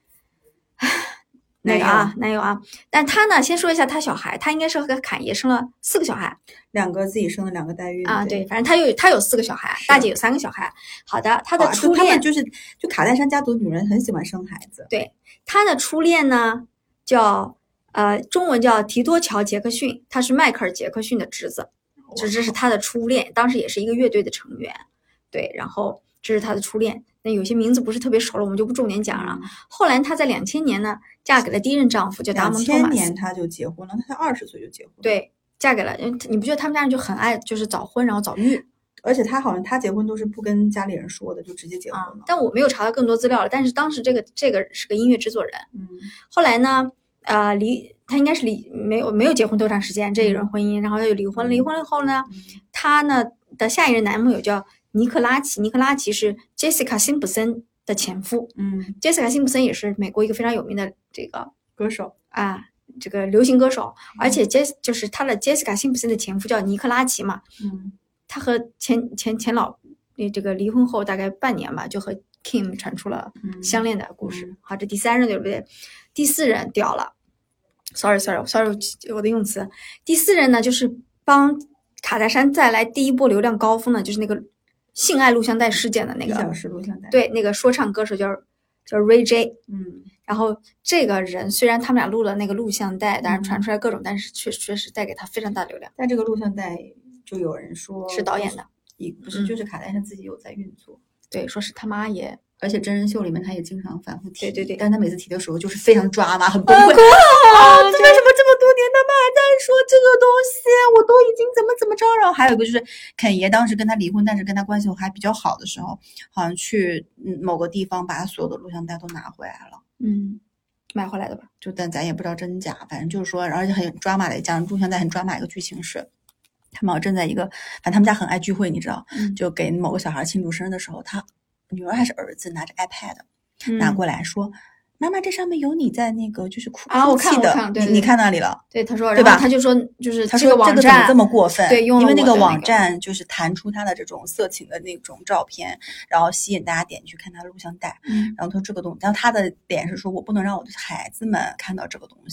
[SPEAKER 2] 那个啊，男友啊，但他呢，先说一下他小孩，他应该是和侃爷生了四个小孩，
[SPEAKER 3] 两个自己生了，两个代孕
[SPEAKER 2] 啊，对，反正他有他有四个小孩，大姐有三个小孩。好的，他的初恋、
[SPEAKER 3] 啊、就, 就是就卡戴珊家族女人很喜欢生孩子。
[SPEAKER 2] 对，他的初恋呢叫呃中文叫提多乔杰克逊，他是迈克尔杰克逊的侄子，这这是他的初恋，当时也是一个乐队的成员。对，然后这是他的初恋。那有些名字不是特别熟了，我们就不重点讲了。
[SPEAKER 3] 嗯、
[SPEAKER 2] 后来她在两千年呢，嫁给了第一任丈夫，叫达蒙托马斯。
[SPEAKER 3] 两千年她就结婚了，她才二十岁就结婚了。
[SPEAKER 2] 对，嫁给了，你不觉得他们家人就很爱就是早婚然后早育？
[SPEAKER 3] 而且她好像她结婚都是不跟家里人说的，就直接结婚了。
[SPEAKER 2] 嗯、但我没有查到更多资料了。但是当时这个这个是个音乐制作人。
[SPEAKER 3] 嗯。
[SPEAKER 2] 后来呢，呃，离他应该是离没有没有结婚多长时间这一轮婚姻，然后他就离婚了。离婚了后呢，他呢的下一任男朋友叫尼克拉奇，尼克拉奇是 Jessica 辛普森的前夫。
[SPEAKER 3] 嗯
[SPEAKER 2] ，Jessica 辛普森也是美国一个非常有名的这个
[SPEAKER 3] 歌手
[SPEAKER 2] 啊，这个流行歌手。嗯、而且 Jess 就是他的 Jessica 辛普森的前夫叫尼克拉奇嘛。
[SPEAKER 3] 嗯，
[SPEAKER 2] 他和前前前老这个离婚后大概半年吧，就和 Kim 传出了相恋的故事。
[SPEAKER 3] 嗯、
[SPEAKER 2] 好，这第三任对不对？第四任掉了 ，sorry sorry sorry， 我的用词。第四任呢，就是帮卡戴珊再来第一波流量高峰呢，就是那个。性爱录像带事件的那个，
[SPEAKER 3] 一小时录像带，
[SPEAKER 2] 对，那个说唱歌手叫叫 Ray J，
[SPEAKER 3] 嗯，
[SPEAKER 2] 然后这个人虽然他们俩录了那个录像带，当然传出来各种，但是确确实带给他非常大流量。
[SPEAKER 3] 但这个录像带就有人说
[SPEAKER 2] 是导演的，
[SPEAKER 3] 也不是，就是卡戴珊自己有在运作，
[SPEAKER 2] 对，说是他妈也。
[SPEAKER 3] 而且真人秀里面他也经常反复提，
[SPEAKER 2] 对对对，
[SPEAKER 3] 但他每次提的时候就是非常抓马，很崩溃啊！为什么这么多年他们还在说这个东西？我都已经怎么怎么着？然后还有一个就是肯爷当时跟他离婚，但是跟他关系还比较好的时候，好像去某个地方把他所有的录像带都拿回来了。
[SPEAKER 2] 嗯，买回来的吧？
[SPEAKER 3] 就但咱也不知道真假，反正就是说，而且很抓马的讲录像带很抓马一个剧情是。他们正在一个，反正他们家很爱聚会，你知道，
[SPEAKER 2] 嗯、
[SPEAKER 3] 就给某个小孩庆祝生日的时候，他。女儿还是儿子拿着 iPad、
[SPEAKER 2] 嗯、
[SPEAKER 3] 拿过来说：“妈妈，这上面有你在那个就是哭
[SPEAKER 2] 啊，我
[SPEAKER 3] 看我
[SPEAKER 2] 看，对对对
[SPEAKER 3] 你你看那里了？
[SPEAKER 2] 对，他说，
[SPEAKER 3] 对吧？
[SPEAKER 2] 他就说，就是
[SPEAKER 3] 他说这个怎么这么过分？
[SPEAKER 2] 对，用
[SPEAKER 3] 因为那
[SPEAKER 2] 个
[SPEAKER 3] 网站就是弹出他的这种色情的那种照片，然后吸引大家点去看他的录像带。
[SPEAKER 2] 嗯，
[SPEAKER 3] 然后他说这个东西，然后他的点是说我不能让我的孩子们看到这个东西。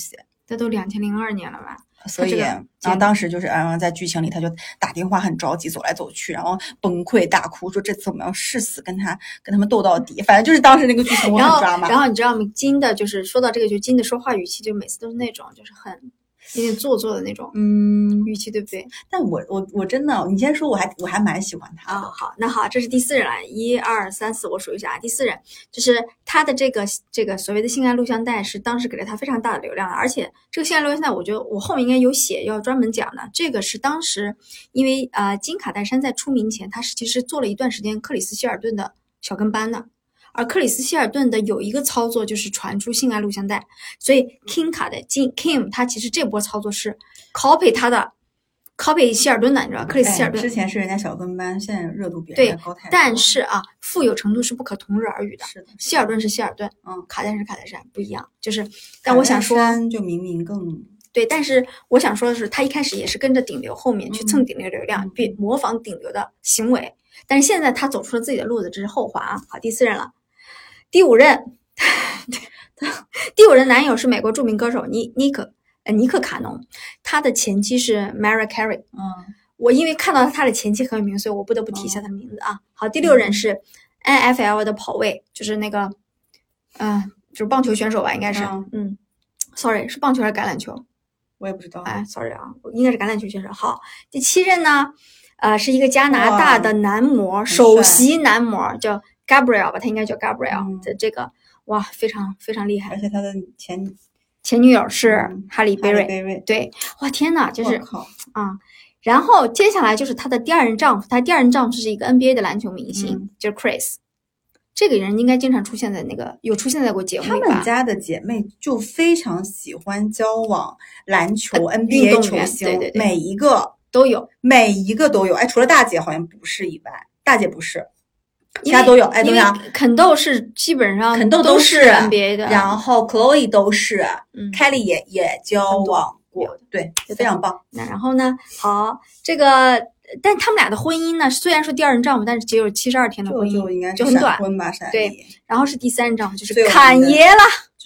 [SPEAKER 2] 这都两千零二年了吧？
[SPEAKER 3] 所以，然后当时就是，嗯，在剧情里他就打电话很着急，走来走去，然后崩溃大哭，说这次我们要誓死跟他跟他们斗到底。反正就是当时那个剧情我很抓马。
[SPEAKER 2] 然后你知道吗？金的就是说到这个，就金的说话语气就每次都是那种就是很有点做作的那种，嗯，语气，对不对？
[SPEAKER 3] 但我我我真的，你先说，我还我还蛮喜欢他
[SPEAKER 2] 啊、哦。好，那好，这是第四人了，一二三四，我数一下啊。第四人就是他的这个这个所谓的性爱录像带是当时给了他非常大的流量的，而且这个性爱录像带，我觉得我后面应该有写要专门讲的。这个是当时因为呃金卡戴珊在出名前，他是其实做了一段时间克里斯希尔顿的小跟班的。而克里斯希尔顿的有一个操作就是传出性爱录像带，所以 Kim 卡的金 Kim 他其实这波操作是 copy 他的 copy 希尔顿的，你知道克里斯希尔顿、
[SPEAKER 3] 哎、之前是人家小跟班，现在热度比
[SPEAKER 2] 人
[SPEAKER 3] 家高太多。
[SPEAKER 2] 对，但是啊，富有程度是不可同日而语的。
[SPEAKER 3] 是的，
[SPEAKER 2] 希尔顿是希尔顿，
[SPEAKER 3] 嗯，
[SPEAKER 2] 卡戴珊是卡戴珊，不一样。就是，但我想说，
[SPEAKER 3] 就明明更
[SPEAKER 2] 对，但是我想说的是，他一开始也是跟着顶流后面去蹭顶流流量，并、嗯、模仿顶流的行为。但是现在他走出了自己的路子，这是后话啊。好，第四任了。第五任，第五任男友是美国著名歌手尼尼克呃尼克卡农，他的前妻是 Mariah Carey。
[SPEAKER 3] 嗯，
[SPEAKER 2] 我因为看到他的前妻很有名，所以我不得不提一下他的名字啊。好，第六任是 N F L 的跑卫，就是那个，嗯、呃，就是棒球选手吧，应该是，嗯, 嗯 ，sorry， 是棒球还是橄榄球？
[SPEAKER 3] 我也不知道。
[SPEAKER 2] 哎 ，sorry 啊，应该是橄榄球选手。好，第七任呢，呃，是一个加拿大的男模，首席男模，叫Gabriel 吧，他应该叫 Gabriel 的、嗯、这个，哇，非常非常厉害。
[SPEAKER 3] 而且他的前
[SPEAKER 2] 前女友是哈利贝瑞，
[SPEAKER 3] 贝瑞，
[SPEAKER 2] 对，哇，天哪，就是啊。然后接下来就是他的第二任丈夫，他第二任丈夫是一个 N B A 的篮球明星，嗯、就是 Chris。这个人应该经常出现在那个有出现在过节目里吧？
[SPEAKER 3] 他们家的姐妹就非常喜欢交往篮球、呃、N B A 球星，
[SPEAKER 2] 对对对，
[SPEAKER 3] 每一个
[SPEAKER 2] 都有，
[SPEAKER 3] 每一个都有。哎，除了大姐好像不是以外，大姐不是。其他都有，哎，对呀，
[SPEAKER 2] 肯豆是基本上
[SPEAKER 3] 肯豆
[SPEAKER 2] 都
[SPEAKER 3] 是
[SPEAKER 2] N B A 的，
[SPEAKER 3] 然后 Chloe 都是，
[SPEAKER 2] 嗯
[SPEAKER 3] ，Kelly 也也交往过，对，非常棒。
[SPEAKER 2] 那然后呢，好，这个，但他们俩的婚姻呢，虽然说第二任丈夫，但是只有七十二天的婚姻，
[SPEAKER 3] 就就应该
[SPEAKER 2] 就很短，
[SPEAKER 3] 婚吧，闪
[SPEAKER 2] 对。然后是第三任丈夫，就是侃爷了，
[SPEAKER 3] 就是。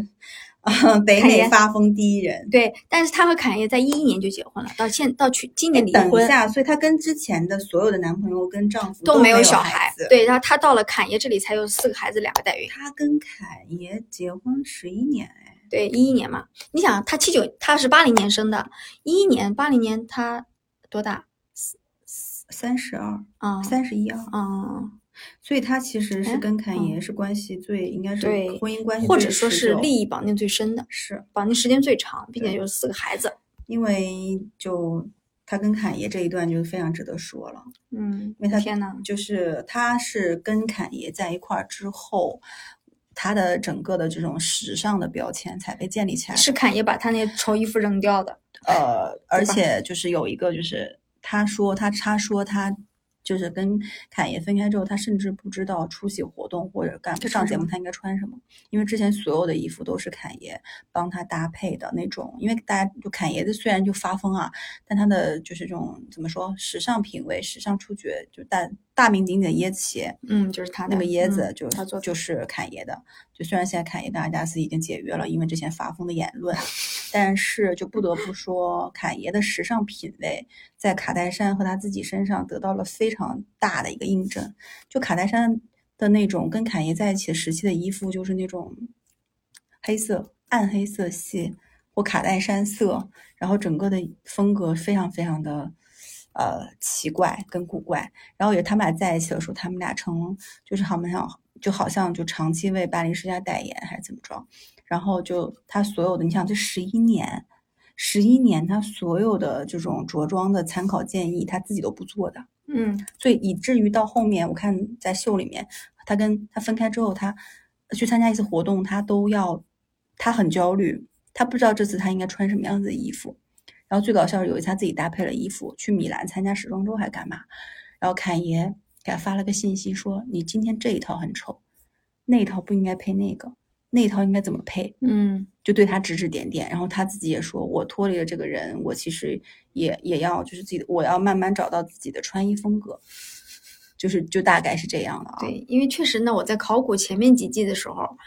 [SPEAKER 3] 呃，北美发疯第一人，
[SPEAKER 2] 对，但是他和侃爷在一一年就结婚了，到现到去今年离婚。
[SPEAKER 3] 等一下，所以他跟之前的所有的男朋友跟丈夫
[SPEAKER 2] 都
[SPEAKER 3] 没有
[SPEAKER 2] 小孩，对，然后他到了侃爷这里才有四个孩子，两个代孕。
[SPEAKER 3] 他跟侃爷结婚十一年，哎，
[SPEAKER 2] 对，一一年嘛，你想他七九，他是八零年生的，一一年八零年他多大？
[SPEAKER 3] 三十二
[SPEAKER 2] 啊，
[SPEAKER 3] 三十一啊，
[SPEAKER 2] 啊。
[SPEAKER 3] 所以他其实是跟侃爷是关系最、嗯、应该是婚姻关系最
[SPEAKER 2] 或者说是利益绑定最深的，
[SPEAKER 3] 是
[SPEAKER 2] 绑定时间最长，并且有四个孩子。
[SPEAKER 3] 因为就他跟侃爷这一段就非常值得说了，
[SPEAKER 2] 嗯，
[SPEAKER 3] 因为他
[SPEAKER 2] 天哪，
[SPEAKER 3] 就是他是跟侃爷在一块儿之后，他的整个的这种时尚的标签才被建立起来。
[SPEAKER 2] 是侃爷把他那丑衣服扔掉的，
[SPEAKER 3] 呃，而且就是有一个就是他说他他说他。就是跟侃爷分开之后，他甚至不知道出席活动或者干上节目他应该穿什么，因为之前所有的衣服都是侃爷帮他搭配的那种。因为大家就侃爷的虽然就发疯啊，但他的就是这种怎么说时尚品味、时尚触觉，就大大名鼎鼎的椰子鞋，
[SPEAKER 2] 嗯，就是他
[SPEAKER 3] 那个椰子就、
[SPEAKER 2] 嗯、他做
[SPEAKER 3] 就是侃爷的。就虽然现在侃爷大家是已经解约了，因为之前发疯的言论，但是就不得不说侃爷的时尚品味在卡戴珊和他自己身上得到了非常大的一个印证。就卡戴珊的那种跟侃爷在一起的时期的衣服，就是那种黑色、暗黑色系或卡戴珊色，然后整个的风格非常非常的呃奇怪跟古怪。然后也他们俩在一起的时候，他们俩成就是好像就好像就长期为巴黎世家代言还是怎么着。然后就他所有的，你想这十一年。十一年，他所有的这种着装的参考建议，他自己都不做的，
[SPEAKER 2] 嗯，
[SPEAKER 3] 所以以至于到后面，我看在秀里面，他跟他分开之后，他去参加一次活动，他都要，他很焦虑，他不知道这次他应该穿什么样子的衣服。然后最搞笑是有一次他自己搭配了衣服去米兰参加时装周还干嘛，然后侃爷给他发了个信息说：“你今天这一套很丑，那一套不应该配那个。”那一套应该怎么配？
[SPEAKER 2] 嗯，
[SPEAKER 3] 就对他指指点点，然后他自己也说，我脱离了这个人，我其实也也要就是自己，我要慢慢找到自己的穿衣风格，就是就大概是这样的啊。
[SPEAKER 2] 对，因为确实呢，我在考古前面几季的时候，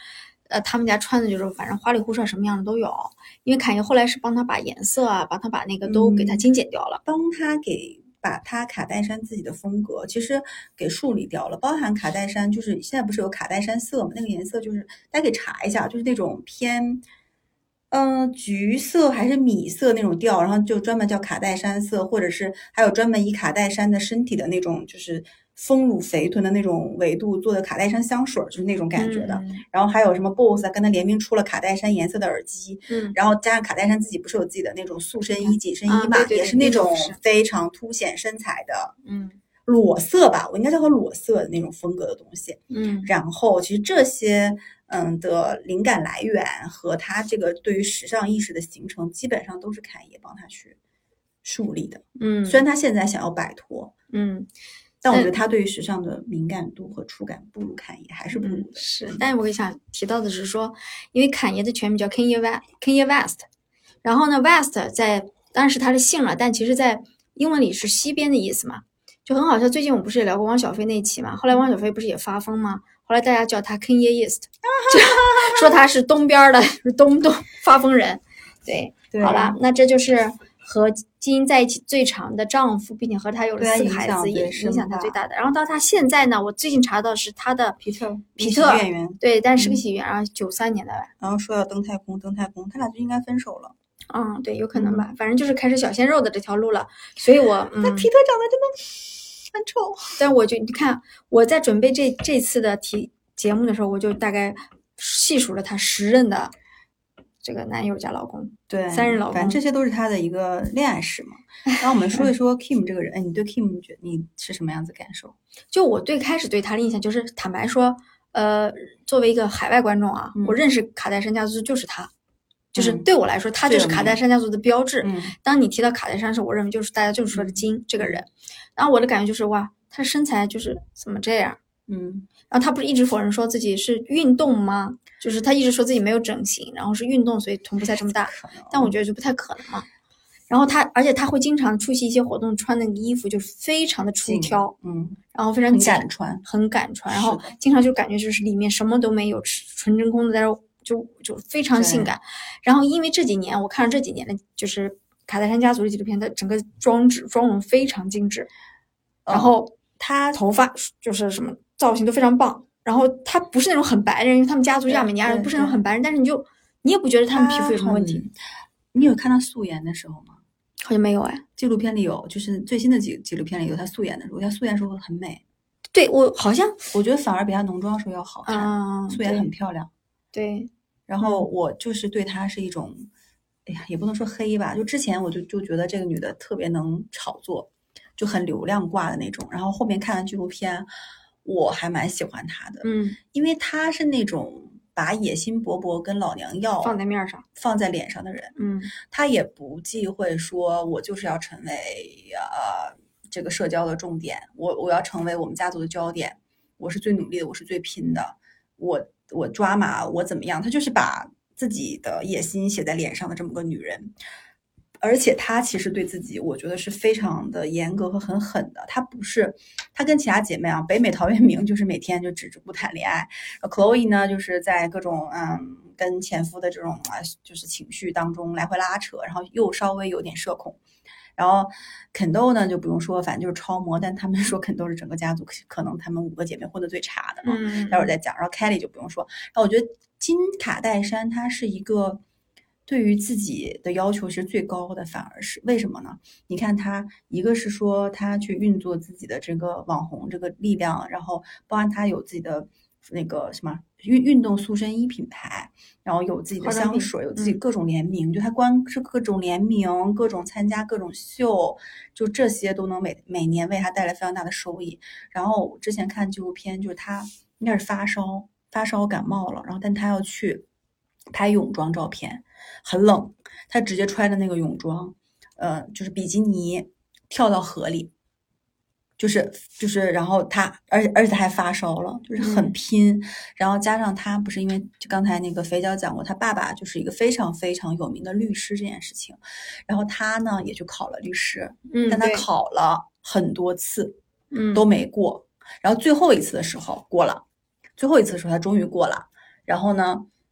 [SPEAKER 2] 呃，他们家穿的就是反正花里胡哨什么样的都有，因为侃爷后来是帮他把颜色啊，帮他把那个都给他精简掉了，
[SPEAKER 3] 嗯、帮他给把他卡戴珊自己的风格其实给树立掉了，包含卡戴珊就是现在不是有卡戴珊色嘛，那个颜色就是大家可以查一下，就是那种偏嗯、呃，橘色还是米色那种调，然后就专门叫卡戴珊色，或者是还有专门以卡戴珊的身体的那种就是丰乳肥臀的那种维度做的卡戴珊香水，就是那种感觉的。
[SPEAKER 2] 嗯、
[SPEAKER 3] 然后还有什么 B O S S 跟他联名出了卡戴珊颜色的耳机，
[SPEAKER 2] 嗯，
[SPEAKER 3] 然后加上卡戴珊自己不是有自己的那种塑身衣、紧身衣嘛，
[SPEAKER 2] 啊、对对对
[SPEAKER 3] 也是那种非常凸显身材的，
[SPEAKER 2] 嗯，
[SPEAKER 3] 裸色吧，我应该叫它裸色的那种风格的东西。
[SPEAKER 2] 嗯，
[SPEAKER 3] 然后其实这些嗯的灵感来源和他这个对于时尚意识的形成，基本上都是侃爷帮他去树立的。
[SPEAKER 2] 嗯，
[SPEAKER 3] 虽然他现在想要摆脱，
[SPEAKER 2] 嗯。
[SPEAKER 3] 但我觉得他对于时尚的敏感度和触感不如侃爷，还是不如的。
[SPEAKER 2] 嗯、是，但是我想提到的是说，因为侃爷的全名叫 Kanye West，Kanye West， 然后呢 ，West 在当然是他的姓了，但其实在英文里是西边的意思嘛，就很好笑。最近我们不是也聊过汪小菲那一期嘛？后来汪小菲不是也发疯吗？后来大家叫他 Kanye East， 就说他是东边的东东发疯人。对，
[SPEAKER 3] 对
[SPEAKER 2] 好了，那这就是和金在一起最长的丈夫，并且和他有了四个孩子，也影响他最大的。然后到他现在呢，我最近查到是他的
[SPEAKER 3] 皮特，
[SPEAKER 2] 皮特
[SPEAKER 3] 演员，
[SPEAKER 2] 对，但是个喜剧演员，然后九三年的吧。
[SPEAKER 3] 然后说要登太空，登太空，他俩就应该分手了。
[SPEAKER 2] 嗯，对，有可能吧，嗯、反正就是开始小鲜肉的这条路了。所以我，嗯，
[SPEAKER 3] 那皮特长得真的很丑。
[SPEAKER 2] 但我就你看，我在准备这这次的题节目的时候，我就大概细数了他十任的这个男友加老公，
[SPEAKER 3] 对，
[SPEAKER 2] 三任老公，
[SPEAKER 3] 反正这些都是他的一个恋爱史嘛。然后我们说一说 Kim 这个人，哎，你对 Kim 觉你是什么样子感受？
[SPEAKER 2] 就我最开始对他的印象就是，坦白说，呃，作为一个海外观众啊，嗯、我认识卡戴珊家族就是他。就是对我来说，他就是卡戴珊家族的标志。
[SPEAKER 3] 嗯、
[SPEAKER 2] 当你提到卡戴珊时，我认为就是大家就是说的金、嗯、这个人。然后我的感觉就是哇，他的身材就是怎么这样？
[SPEAKER 3] 嗯。
[SPEAKER 2] 然后他不是一直否认说自己是运动吗？就是他一直说自己没有整形，然后是运动，所以臀部才这么大。但我觉得就不太可能嘛。然后他，而且他会经常出席一些活动，穿那个衣服就是非常的出挑，
[SPEAKER 3] 嗯，
[SPEAKER 2] 然后非常
[SPEAKER 3] 很敢穿，
[SPEAKER 2] 很敢穿，然后经常就感觉就是里面什么都没有，纯真空的在这。就就非常性感，然后因为这几年我看了这几年的就是卡戴珊家族的纪录片，它整个妆质妆容非常精致，
[SPEAKER 3] 嗯、
[SPEAKER 2] 然后
[SPEAKER 3] 她
[SPEAKER 2] 头发就是什么造型都非常棒，然后她不是那种很白的人，因为他们家族亚美尼亚人不是那种很白人，但是你就你也不觉得他们皮肤有什么问题。
[SPEAKER 3] 你有看她素颜的时候吗？
[SPEAKER 2] 好像没有哎，
[SPEAKER 3] 纪录片里有，就是最新的纪纪录片里有她素颜的时候，她素颜的时候很美。
[SPEAKER 2] 对，我好像
[SPEAKER 3] 我觉得反而比她浓妆的时候要好看，
[SPEAKER 2] 嗯、
[SPEAKER 3] 素颜很漂亮。
[SPEAKER 2] 对。
[SPEAKER 3] 然后我就是对她是一种，哎呀，也不能说黑吧，就之前我就就觉得这个女的特别能炒作，就很流量挂的那种。然后后面看完纪录片，我还蛮喜欢她的，
[SPEAKER 2] 嗯，
[SPEAKER 3] 因为她是那种把野心勃勃跟老娘要
[SPEAKER 2] 放在面上、
[SPEAKER 3] 放在脸上的人，
[SPEAKER 2] 嗯，
[SPEAKER 3] 她也不忌讳说，我就是要成为呃这个社交的重点，我我要成为我们家族的焦点，我是最努力的，我是最拼的，我。我抓马，我怎么样？她就是把自己的野心写在脸上的这么个女人，而且她其实对自己，我觉得是非常的严格和很狠的。她不是，她跟其他姐妹啊，北美陶渊明就是每天就只不谈恋爱 ，Chloe 呢就是在各种嗯跟前夫的这种啊就是情绪当中来回拉扯，然后又稍微有点社恐。然后肯豆呢就不用说，反正就是超模，但他们说肯豆是整个家族可能他们五个姐妹混得最差的，
[SPEAKER 2] 嗯，
[SPEAKER 3] 待会儿再讲。然后 Kelly 就不用说，然后我觉得金卡戴珊她是一个对于自己的要求是最高的，反而是为什么呢？你看她一个是说她去运作自己的这个网红这个力量，然后包含她有自己的那个什么运运动塑身衣品牌，然后有自己的香水，有自己各种联名，嗯、就他光是各种联名，各种参加各种秀，就这些都能每每年为他带来非常大的收益。然后我之前看纪录片，就是他应该是发烧，发烧感冒了，然后但他要去拍泳装照片，很冷，他直接穿着那个泳装，呃，就是比基尼跳到河里。就是就是，然后他，而且而且他还发烧了，就是很拼。嗯、然后加上他不是因为就刚才那个肥脚讲过，他爸爸就是一个非常非常有名的律师这件事情，然后他呢也去考了律师，
[SPEAKER 2] 嗯，
[SPEAKER 3] 但他考了很多次，
[SPEAKER 2] 嗯，
[SPEAKER 3] 都没过。然后最后一次的时候过了，最后一次的时候他终于过了。然后呢，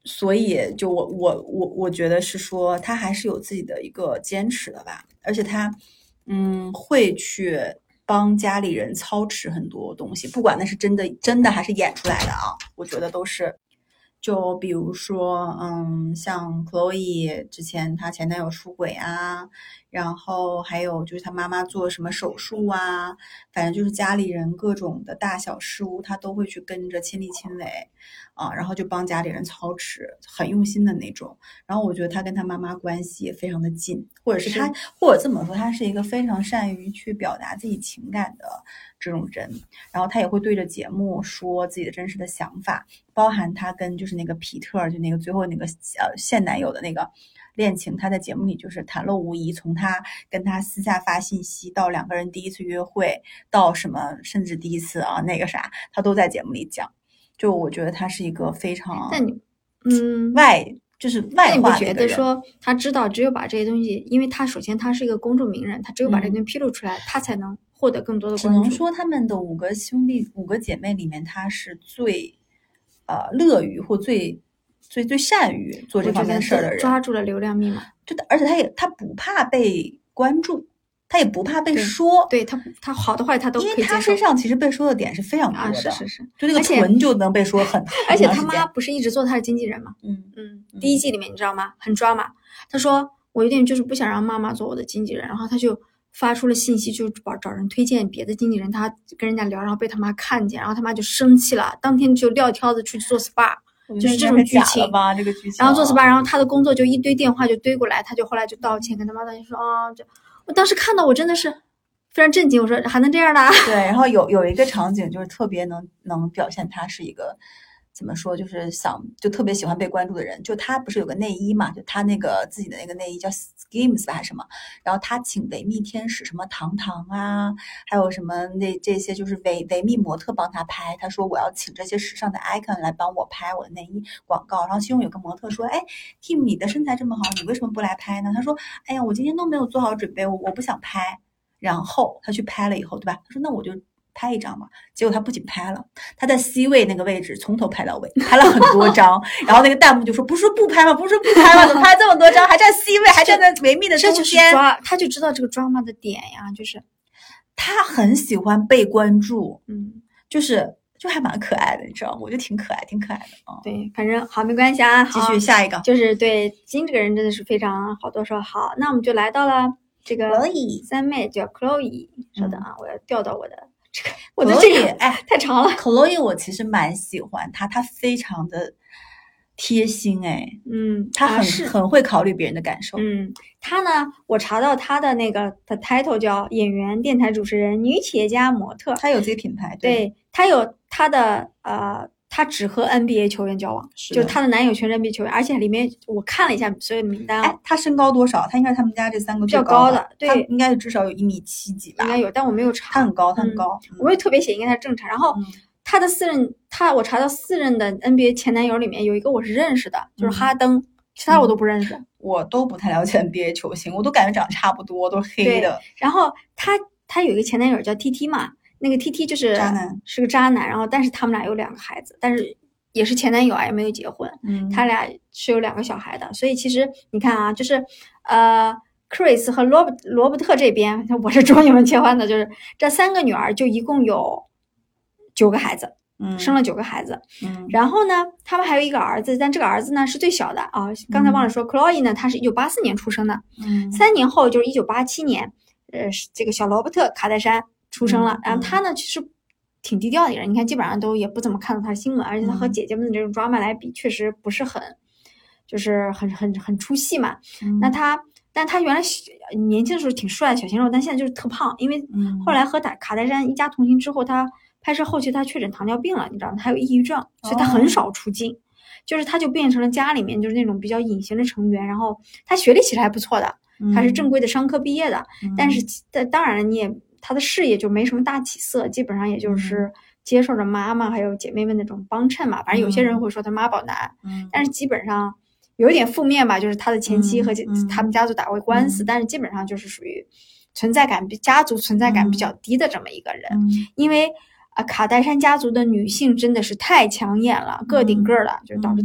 [SPEAKER 3] 所以就我我我我觉得是说他还是有自己的一个坚持的吧，而且他嗯会去帮家里人操持很多东西，不管那是真的真的还是演出来的啊，我觉得都是。就比如说，嗯，像 Chloe 之前她前男友出轨啊，然后还有就是她妈妈做什么手术啊，反正就是家里人各种的大小事务，她都会去跟着亲力亲为啊，然后就帮家里人操持，很用心的那种。然后我觉得她跟她妈妈关系也非常的近，或者是她，或者这么说，她是一个非常善于去表达自己情感的这种人。然后她也会对着节目说自己的真实的想法。包含他跟就是那个皮特，就那个最后那个呃现男友的那个恋情，他在节目里就是袒露无遗，从他跟他私下发信息到两个人第一次约会，到什么甚至第一次啊那个啥，他都在节目里讲。就我觉得他是一个非常，
[SPEAKER 2] 但你嗯
[SPEAKER 3] 外就是外化的一个人。
[SPEAKER 2] 你不觉得说他知道只有把这些东西，因为他首先他是一个公众名人，他只有把这些东西披露出来，嗯、他才能获得更多的关注。
[SPEAKER 3] 只能说他们的五个兄弟五个姐妹里面，他是最。呃，乐于或最最最善于做这方面事儿的人，
[SPEAKER 2] 抓住了流量密码。
[SPEAKER 3] 就而且他也他不怕被关注，他也不怕被说。
[SPEAKER 2] 对, 对他他好的坏他都可以接受。
[SPEAKER 3] 因为他身上其实被说的点是非常多的，啊、
[SPEAKER 2] 是是是，
[SPEAKER 3] 就那个臀就能被说很。
[SPEAKER 2] 而且他妈不是一直做他的经纪人吗？
[SPEAKER 3] 嗯
[SPEAKER 2] 嗯，第一季里面你知道吗？很抓马。他说我有点就是不想让妈妈做我的经纪人，然后他就。发出了信息，就找找人推荐别的经纪人，他跟人家聊，然后被他妈看见，然后他妈就生气了，当天就撂挑子出去做 S P A， 就是这种剧情
[SPEAKER 3] 吧，这个剧情。
[SPEAKER 2] 然后做 S P A， 然后他的工作就一堆电话就堆过来，他就后来就道歉，跟他妈道歉说啊，这我当时看到我真的是非常震惊，我说还能这样的？
[SPEAKER 3] 对，然后有有一个场景就是特别能能表现他是一个。怎么说？就是想就特别喜欢被关注的人，就他不是有个内衣嘛？就他那个自己的那个内衣叫 Skims 吧，还是什么？然后他请维密天使什么糖糖啊，还有什么那这些就是维维密模特帮他拍。他说我要请这些时尚的 icon 来帮我拍我的内衣广告。然后其中有个模特说：“哎 ，Kim， 你的身材这么好，你为什么不来拍呢？”他说：“哎呀，我今天都没有做好准备，我我不想拍。”然后他去拍了以后，对吧？他说：“那我就。”拍一张嘛，结果他不仅拍了，他在 C 位那个位置从头拍到尾，拍了很多张。然后那个弹幕就说：“不是不拍吗？不是不拍吗？怎么拍这么多张？还站 C 位，还站在维密的中间。”
[SPEAKER 2] 抓，他就知道这个 drama 的点呀，就是
[SPEAKER 3] 他很喜欢被关注，
[SPEAKER 2] 嗯，
[SPEAKER 3] 就是就还蛮可爱的，你知道吗？我就挺可爱，挺可爱的啊、
[SPEAKER 2] 嗯。对，反正好，没关系啊。
[SPEAKER 3] 继续下一个，
[SPEAKER 2] 就是对金这个人真的是非常好多说好。那我们就来到了这个三妹叫 Chloe， 稍等啊，嗯、我要调到我的。这个我的这个
[SPEAKER 3] 哎
[SPEAKER 2] 太长了。
[SPEAKER 3] Chloe 我其实蛮喜欢她，她非常的贴心哎，
[SPEAKER 2] 嗯，
[SPEAKER 3] 她很、啊、很会考虑别人的感受。
[SPEAKER 2] 嗯，她呢，我查到她的那个的 title 叫演员、电台主持人、女企业家、模特，
[SPEAKER 3] 她有自己品牌，
[SPEAKER 2] 对，对她有她的呃。她只和 N B A 球员交往，就她的男友全是 N B A 球员，而且里面我看了一下所有名单。
[SPEAKER 3] 哎，她身高多少？她应该是他们家这三个
[SPEAKER 2] 比较
[SPEAKER 3] 高
[SPEAKER 2] 的，对，
[SPEAKER 3] 她应该是至少有一米七几吧，
[SPEAKER 2] 应该有，但我没有查。
[SPEAKER 3] 她很高，她很高，
[SPEAKER 2] 嗯、我没有特别写，应该是正常。然后她的四任，她我查到四任的 N B A 前男友里面有一个我是认识的，就是哈登，嗯、其他我都不认识、
[SPEAKER 3] 嗯，我都不太了解 N B A 球星，我都感觉长得差不多，都是黑的。
[SPEAKER 2] 然后她她有一个前男友叫 T T 嘛，那个 T T 就是
[SPEAKER 3] 渣男，
[SPEAKER 2] 是个渣男。然后但是他们俩有两个孩子，但是。也是前男友啊，也没有结婚，
[SPEAKER 3] 嗯，
[SPEAKER 2] 他俩是有两个小孩的，所以其实你看啊，就是呃 ，Chris 和罗伯罗伯特这边，我是中英文切换的，就是这三个女儿就一共有九个孩子，
[SPEAKER 3] 嗯，
[SPEAKER 2] 生了九个孩子，
[SPEAKER 3] 嗯，
[SPEAKER 2] 然后呢，他们还有一个儿子，但这个儿子呢是最小的啊，刚才忘了说、嗯、，Chloe 呢，他是一九八四年出生的，
[SPEAKER 3] 嗯，
[SPEAKER 2] 三年后就是一九八七年，呃，这个小罗伯特卡戴珊出生了，
[SPEAKER 3] 嗯、
[SPEAKER 2] 然后他呢其实。挺低调的一个人，你看基本上都也不怎么看到他的新闻，而且他和姐姐们的这种 drama 来比，确实不是很，就是很很很出戏嘛。
[SPEAKER 3] 嗯、
[SPEAKER 2] 那他，但他原来年轻的时候挺帅的小鲜肉，但现在就是特胖，因为后来和打卡戴珊一家同行之后，他拍摄后期他确诊糖尿病了，你知道吗？他有抑郁症，所以他很少出镜，哦、就是他就变成了家里面就是那种比较隐形的成员。然后他学历其实还不错的，
[SPEAKER 3] 嗯、
[SPEAKER 2] 他是正规的商科毕业的，
[SPEAKER 3] 嗯、
[SPEAKER 2] 但是当然你也。他的事业就没什么大起色，基本上也就是接受着妈妈还有姐妹们那种帮衬嘛。反正有些人会说他妈宝男，
[SPEAKER 3] 嗯，
[SPEAKER 2] 但是基本上有一点负面吧，就是他的前妻和
[SPEAKER 3] 嗯、
[SPEAKER 2] 他们家族打过官司，
[SPEAKER 3] 嗯、
[SPEAKER 2] 但是基本上就是属于存在感比家族存在感比较低的这么一个人。
[SPEAKER 3] 嗯、
[SPEAKER 2] 因为啊、呃，卡戴珊家族的女性真的是太抢眼了，个顶个的，
[SPEAKER 3] 嗯、
[SPEAKER 2] 就导致他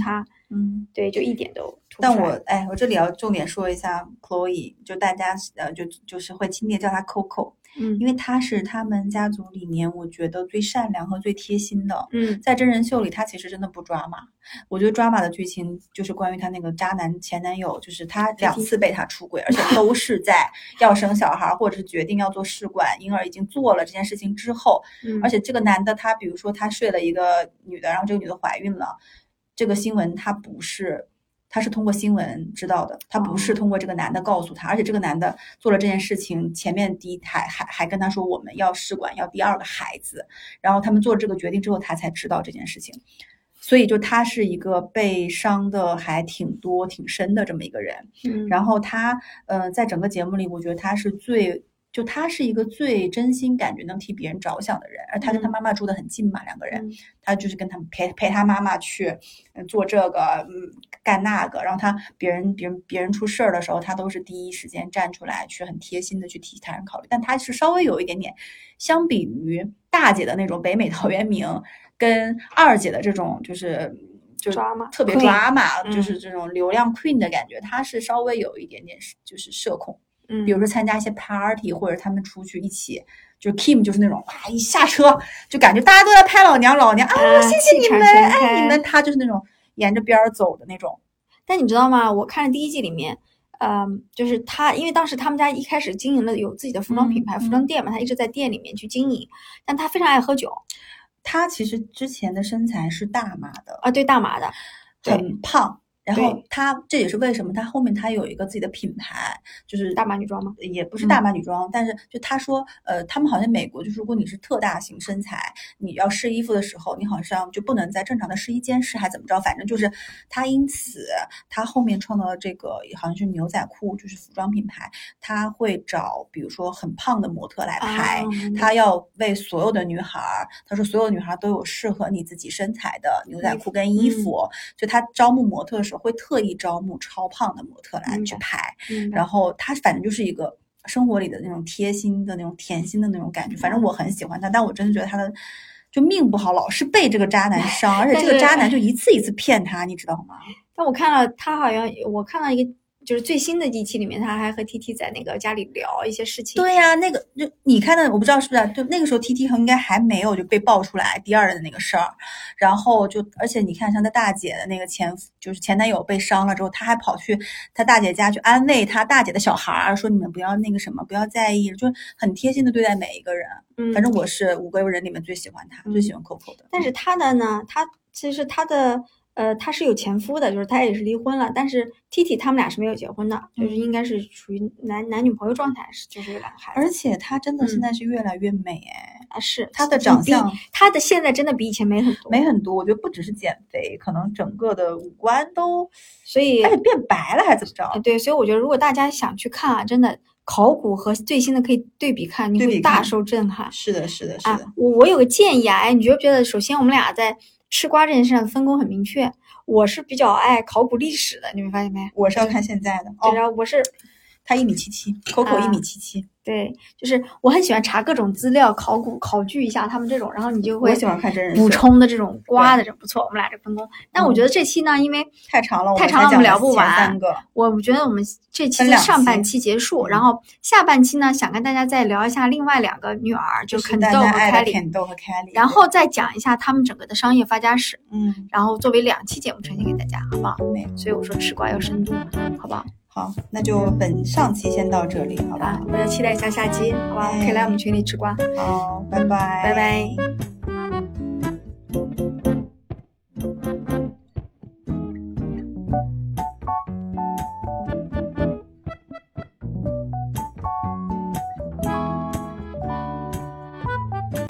[SPEAKER 3] 嗯，
[SPEAKER 2] 对，就一点都突不
[SPEAKER 3] 但
[SPEAKER 2] 出来。
[SPEAKER 3] 我哎，我这里要重点说一下 Chloe， 就大家呃就就是会亲切叫她 Coco。
[SPEAKER 2] 嗯，
[SPEAKER 3] 因为她是他们家族里面我觉得最善良和最贴心的。
[SPEAKER 2] 嗯，
[SPEAKER 3] 在真人秀里她其实真的不抓马，我觉得抓马的剧情就是关于她那个渣男前男友，就是她两次被他出轨，而且都是在要生小孩或者是决定要做试管婴儿已经做了这件事情之后。
[SPEAKER 2] 嗯，
[SPEAKER 3] 而且这个男的他比如说他睡了一个女的，然后这个女的怀孕了，这个新闻他不是他是通过新闻知道的，他不是通过这个男的告诉他，而且这个男的做了这件事情，前面第一还还还跟他说我们要试管要第二个孩子，然后他们做这个决定之后，他才知道这件事情。所以就他是一个被伤的还挺多挺深的这么一个人。
[SPEAKER 2] 嗯，
[SPEAKER 3] 然后他呃在整个节目里，我觉得他是最就他是一个最真心感觉能替别人着想的人，而他跟他妈妈住得很近嘛，两个人，
[SPEAKER 2] 嗯，
[SPEAKER 3] 他就是跟他们陪陪他妈妈去，嗯，做这个，嗯，干那个，然后他别人别人别人出事儿的时候，他都是第一时间站出来，去很贴心的去替他人考虑。但他是稍微有一点点，相比于大姐的那种北美陶渊明，跟二姐的这种就是就是特别抓马，就是这种流量 queen 的感觉，他是稍微有一点点就是社恐。
[SPEAKER 2] 嗯，
[SPEAKER 3] 比如说参加一些 party， 或者他们出去一起，就是 Kim 就是那种哇，一下车就感觉大家都在拍老娘，老娘啊，
[SPEAKER 2] 啊
[SPEAKER 3] 谢谢你们，哎，你们，他就是那种沿着边儿走的那种。
[SPEAKER 2] 但你知道吗？我看了第一季里面，嗯、呃，就是他，因为当时他们家一开始经营了有自己的服装品牌、
[SPEAKER 3] 嗯、
[SPEAKER 2] 服装店嘛，他一直在店里面去经营，但他非常爱喝酒。
[SPEAKER 3] 他其实之前的身材是大码的
[SPEAKER 2] 啊，对，大码的，
[SPEAKER 3] 很胖。然后他这也是为什么他后面他有一个自己的品牌，就是
[SPEAKER 2] 大码女装吗？
[SPEAKER 3] 也不是大码女装，嗯、但是就他说，呃，他们好像美国就是如果你是特大型身材，你要试衣服的时候，你好像就不能在正常的试衣间试，还怎么着？反正就是他因此他后面创造了这个好像是牛仔裤，就是服装品牌，他会找比如说很胖的模特来拍，
[SPEAKER 2] 啊、
[SPEAKER 3] 他要为所有的女孩，他说所有女孩都有适合你自己身材的牛仔裤跟衣服，嗯、就他招募模特的时候。会特意招募超胖的模特来去拍，然后他反正就是一个生活里的那种贴心的那种甜心的那种感觉，反正我很喜欢他，但我真的觉得他的就命不好，老是被这个渣男伤，而且这个渣男就一次一次骗他，你知道吗？
[SPEAKER 2] 但我看了他好像，我看到一个。就是最新的一期里面，他还和 T T 在那个家里聊一些事情。
[SPEAKER 3] 对呀、啊，那个就你看的，我不知道是不是，就那个时候 T T 应该还没有就被爆出来第二的那个事儿，然后就而且你看，像他大姐的那个前就是前男友被伤了之后，他还跑去他大姐家去安慰他大姐的小孩，说你们不要那个什么，不要在意，就很贴心的对待每一个人。
[SPEAKER 2] 嗯，
[SPEAKER 3] 反正我是五个人里面最喜欢他，嗯、最喜欢 Coco 的。
[SPEAKER 2] 但是他的呢，他其实他的。呃，他是有前夫的，就是他也是离婚了，但是 T T 他们俩是没有结婚的，
[SPEAKER 3] 嗯、
[SPEAKER 2] 就是应该是属于男男女朋友状态，是就是有两个孩子。
[SPEAKER 3] 而且他真的现在是越来越美哎，
[SPEAKER 2] 啊、嗯、是
[SPEAKER 3] 他的长相，
[SPEAKER 2] 他的现在真的比以前美很多，
[SPEAKER 3] 美很多。我觉得不只是减肥，可能整个的五官都，
[SPEAKER 2] 所以
[SPEAKER 3] 而且变白了还怎么着？
[SPEAKER 2] 对，所以我觉得如果大家想去看啊，真的考古和最新的可以对比看，你会大受震撼。
[SPEAKER 3] 是的，是的，是的。
[SPEAKER 2] 啊、我我有个建议啊，哎，你觉不觉得？首先我们俩在吃瓜这件事上分工很明确。我是比较爱考古历史的，你们发现没？
[SPEAKER 3] 我是要看现在的。
[SPEAKER 2] 对，然后我是
[SPEAKER 3] 他一米七七 ，Coco 一米七七。
[SPEAKER 2] 对，就是我很喜欢查各种资料，考古考据一下他们这种，然后你就会
[SPEAKER 3] 我喜欢看真人
[SPEAKER 2] 补充的这种瓜的这不错。我们俩这分工，但我觉得这期呢，因为
[SPEAKER 3] 太长了，
[SPEAKER 2] 太长了，我们聊不完。
[SPEAKER 3] 三个，
[SPEAKER 2] 我觉得我们这期的上半期结束，然后下半期呢，想跟大家再聊一下另外两个女儿，就肯豆和凯莉，
[SPEAKER 3] 肯豆和凯莉，
[SPEAKER 2] 然后再讲一下他们整个的商业发家史。
[SPEAKER 3] 嗯，
[SPEAKER 2] 然后作为两期节目呈现给大家，好不好？
[SPEAKER 3] 没，
[SPEAKER 2] 所以我说吃瓜要深度，好不好？
[SPEAKER 3] 好，那就本上期先到这里，好吧？
[SPEAKER 2] 我要期待一下下期，好吧？可以来我们群里吃瓜。
[SPEAKER 3] 好，拜拜，
[SPEAKER 2] 拜拜。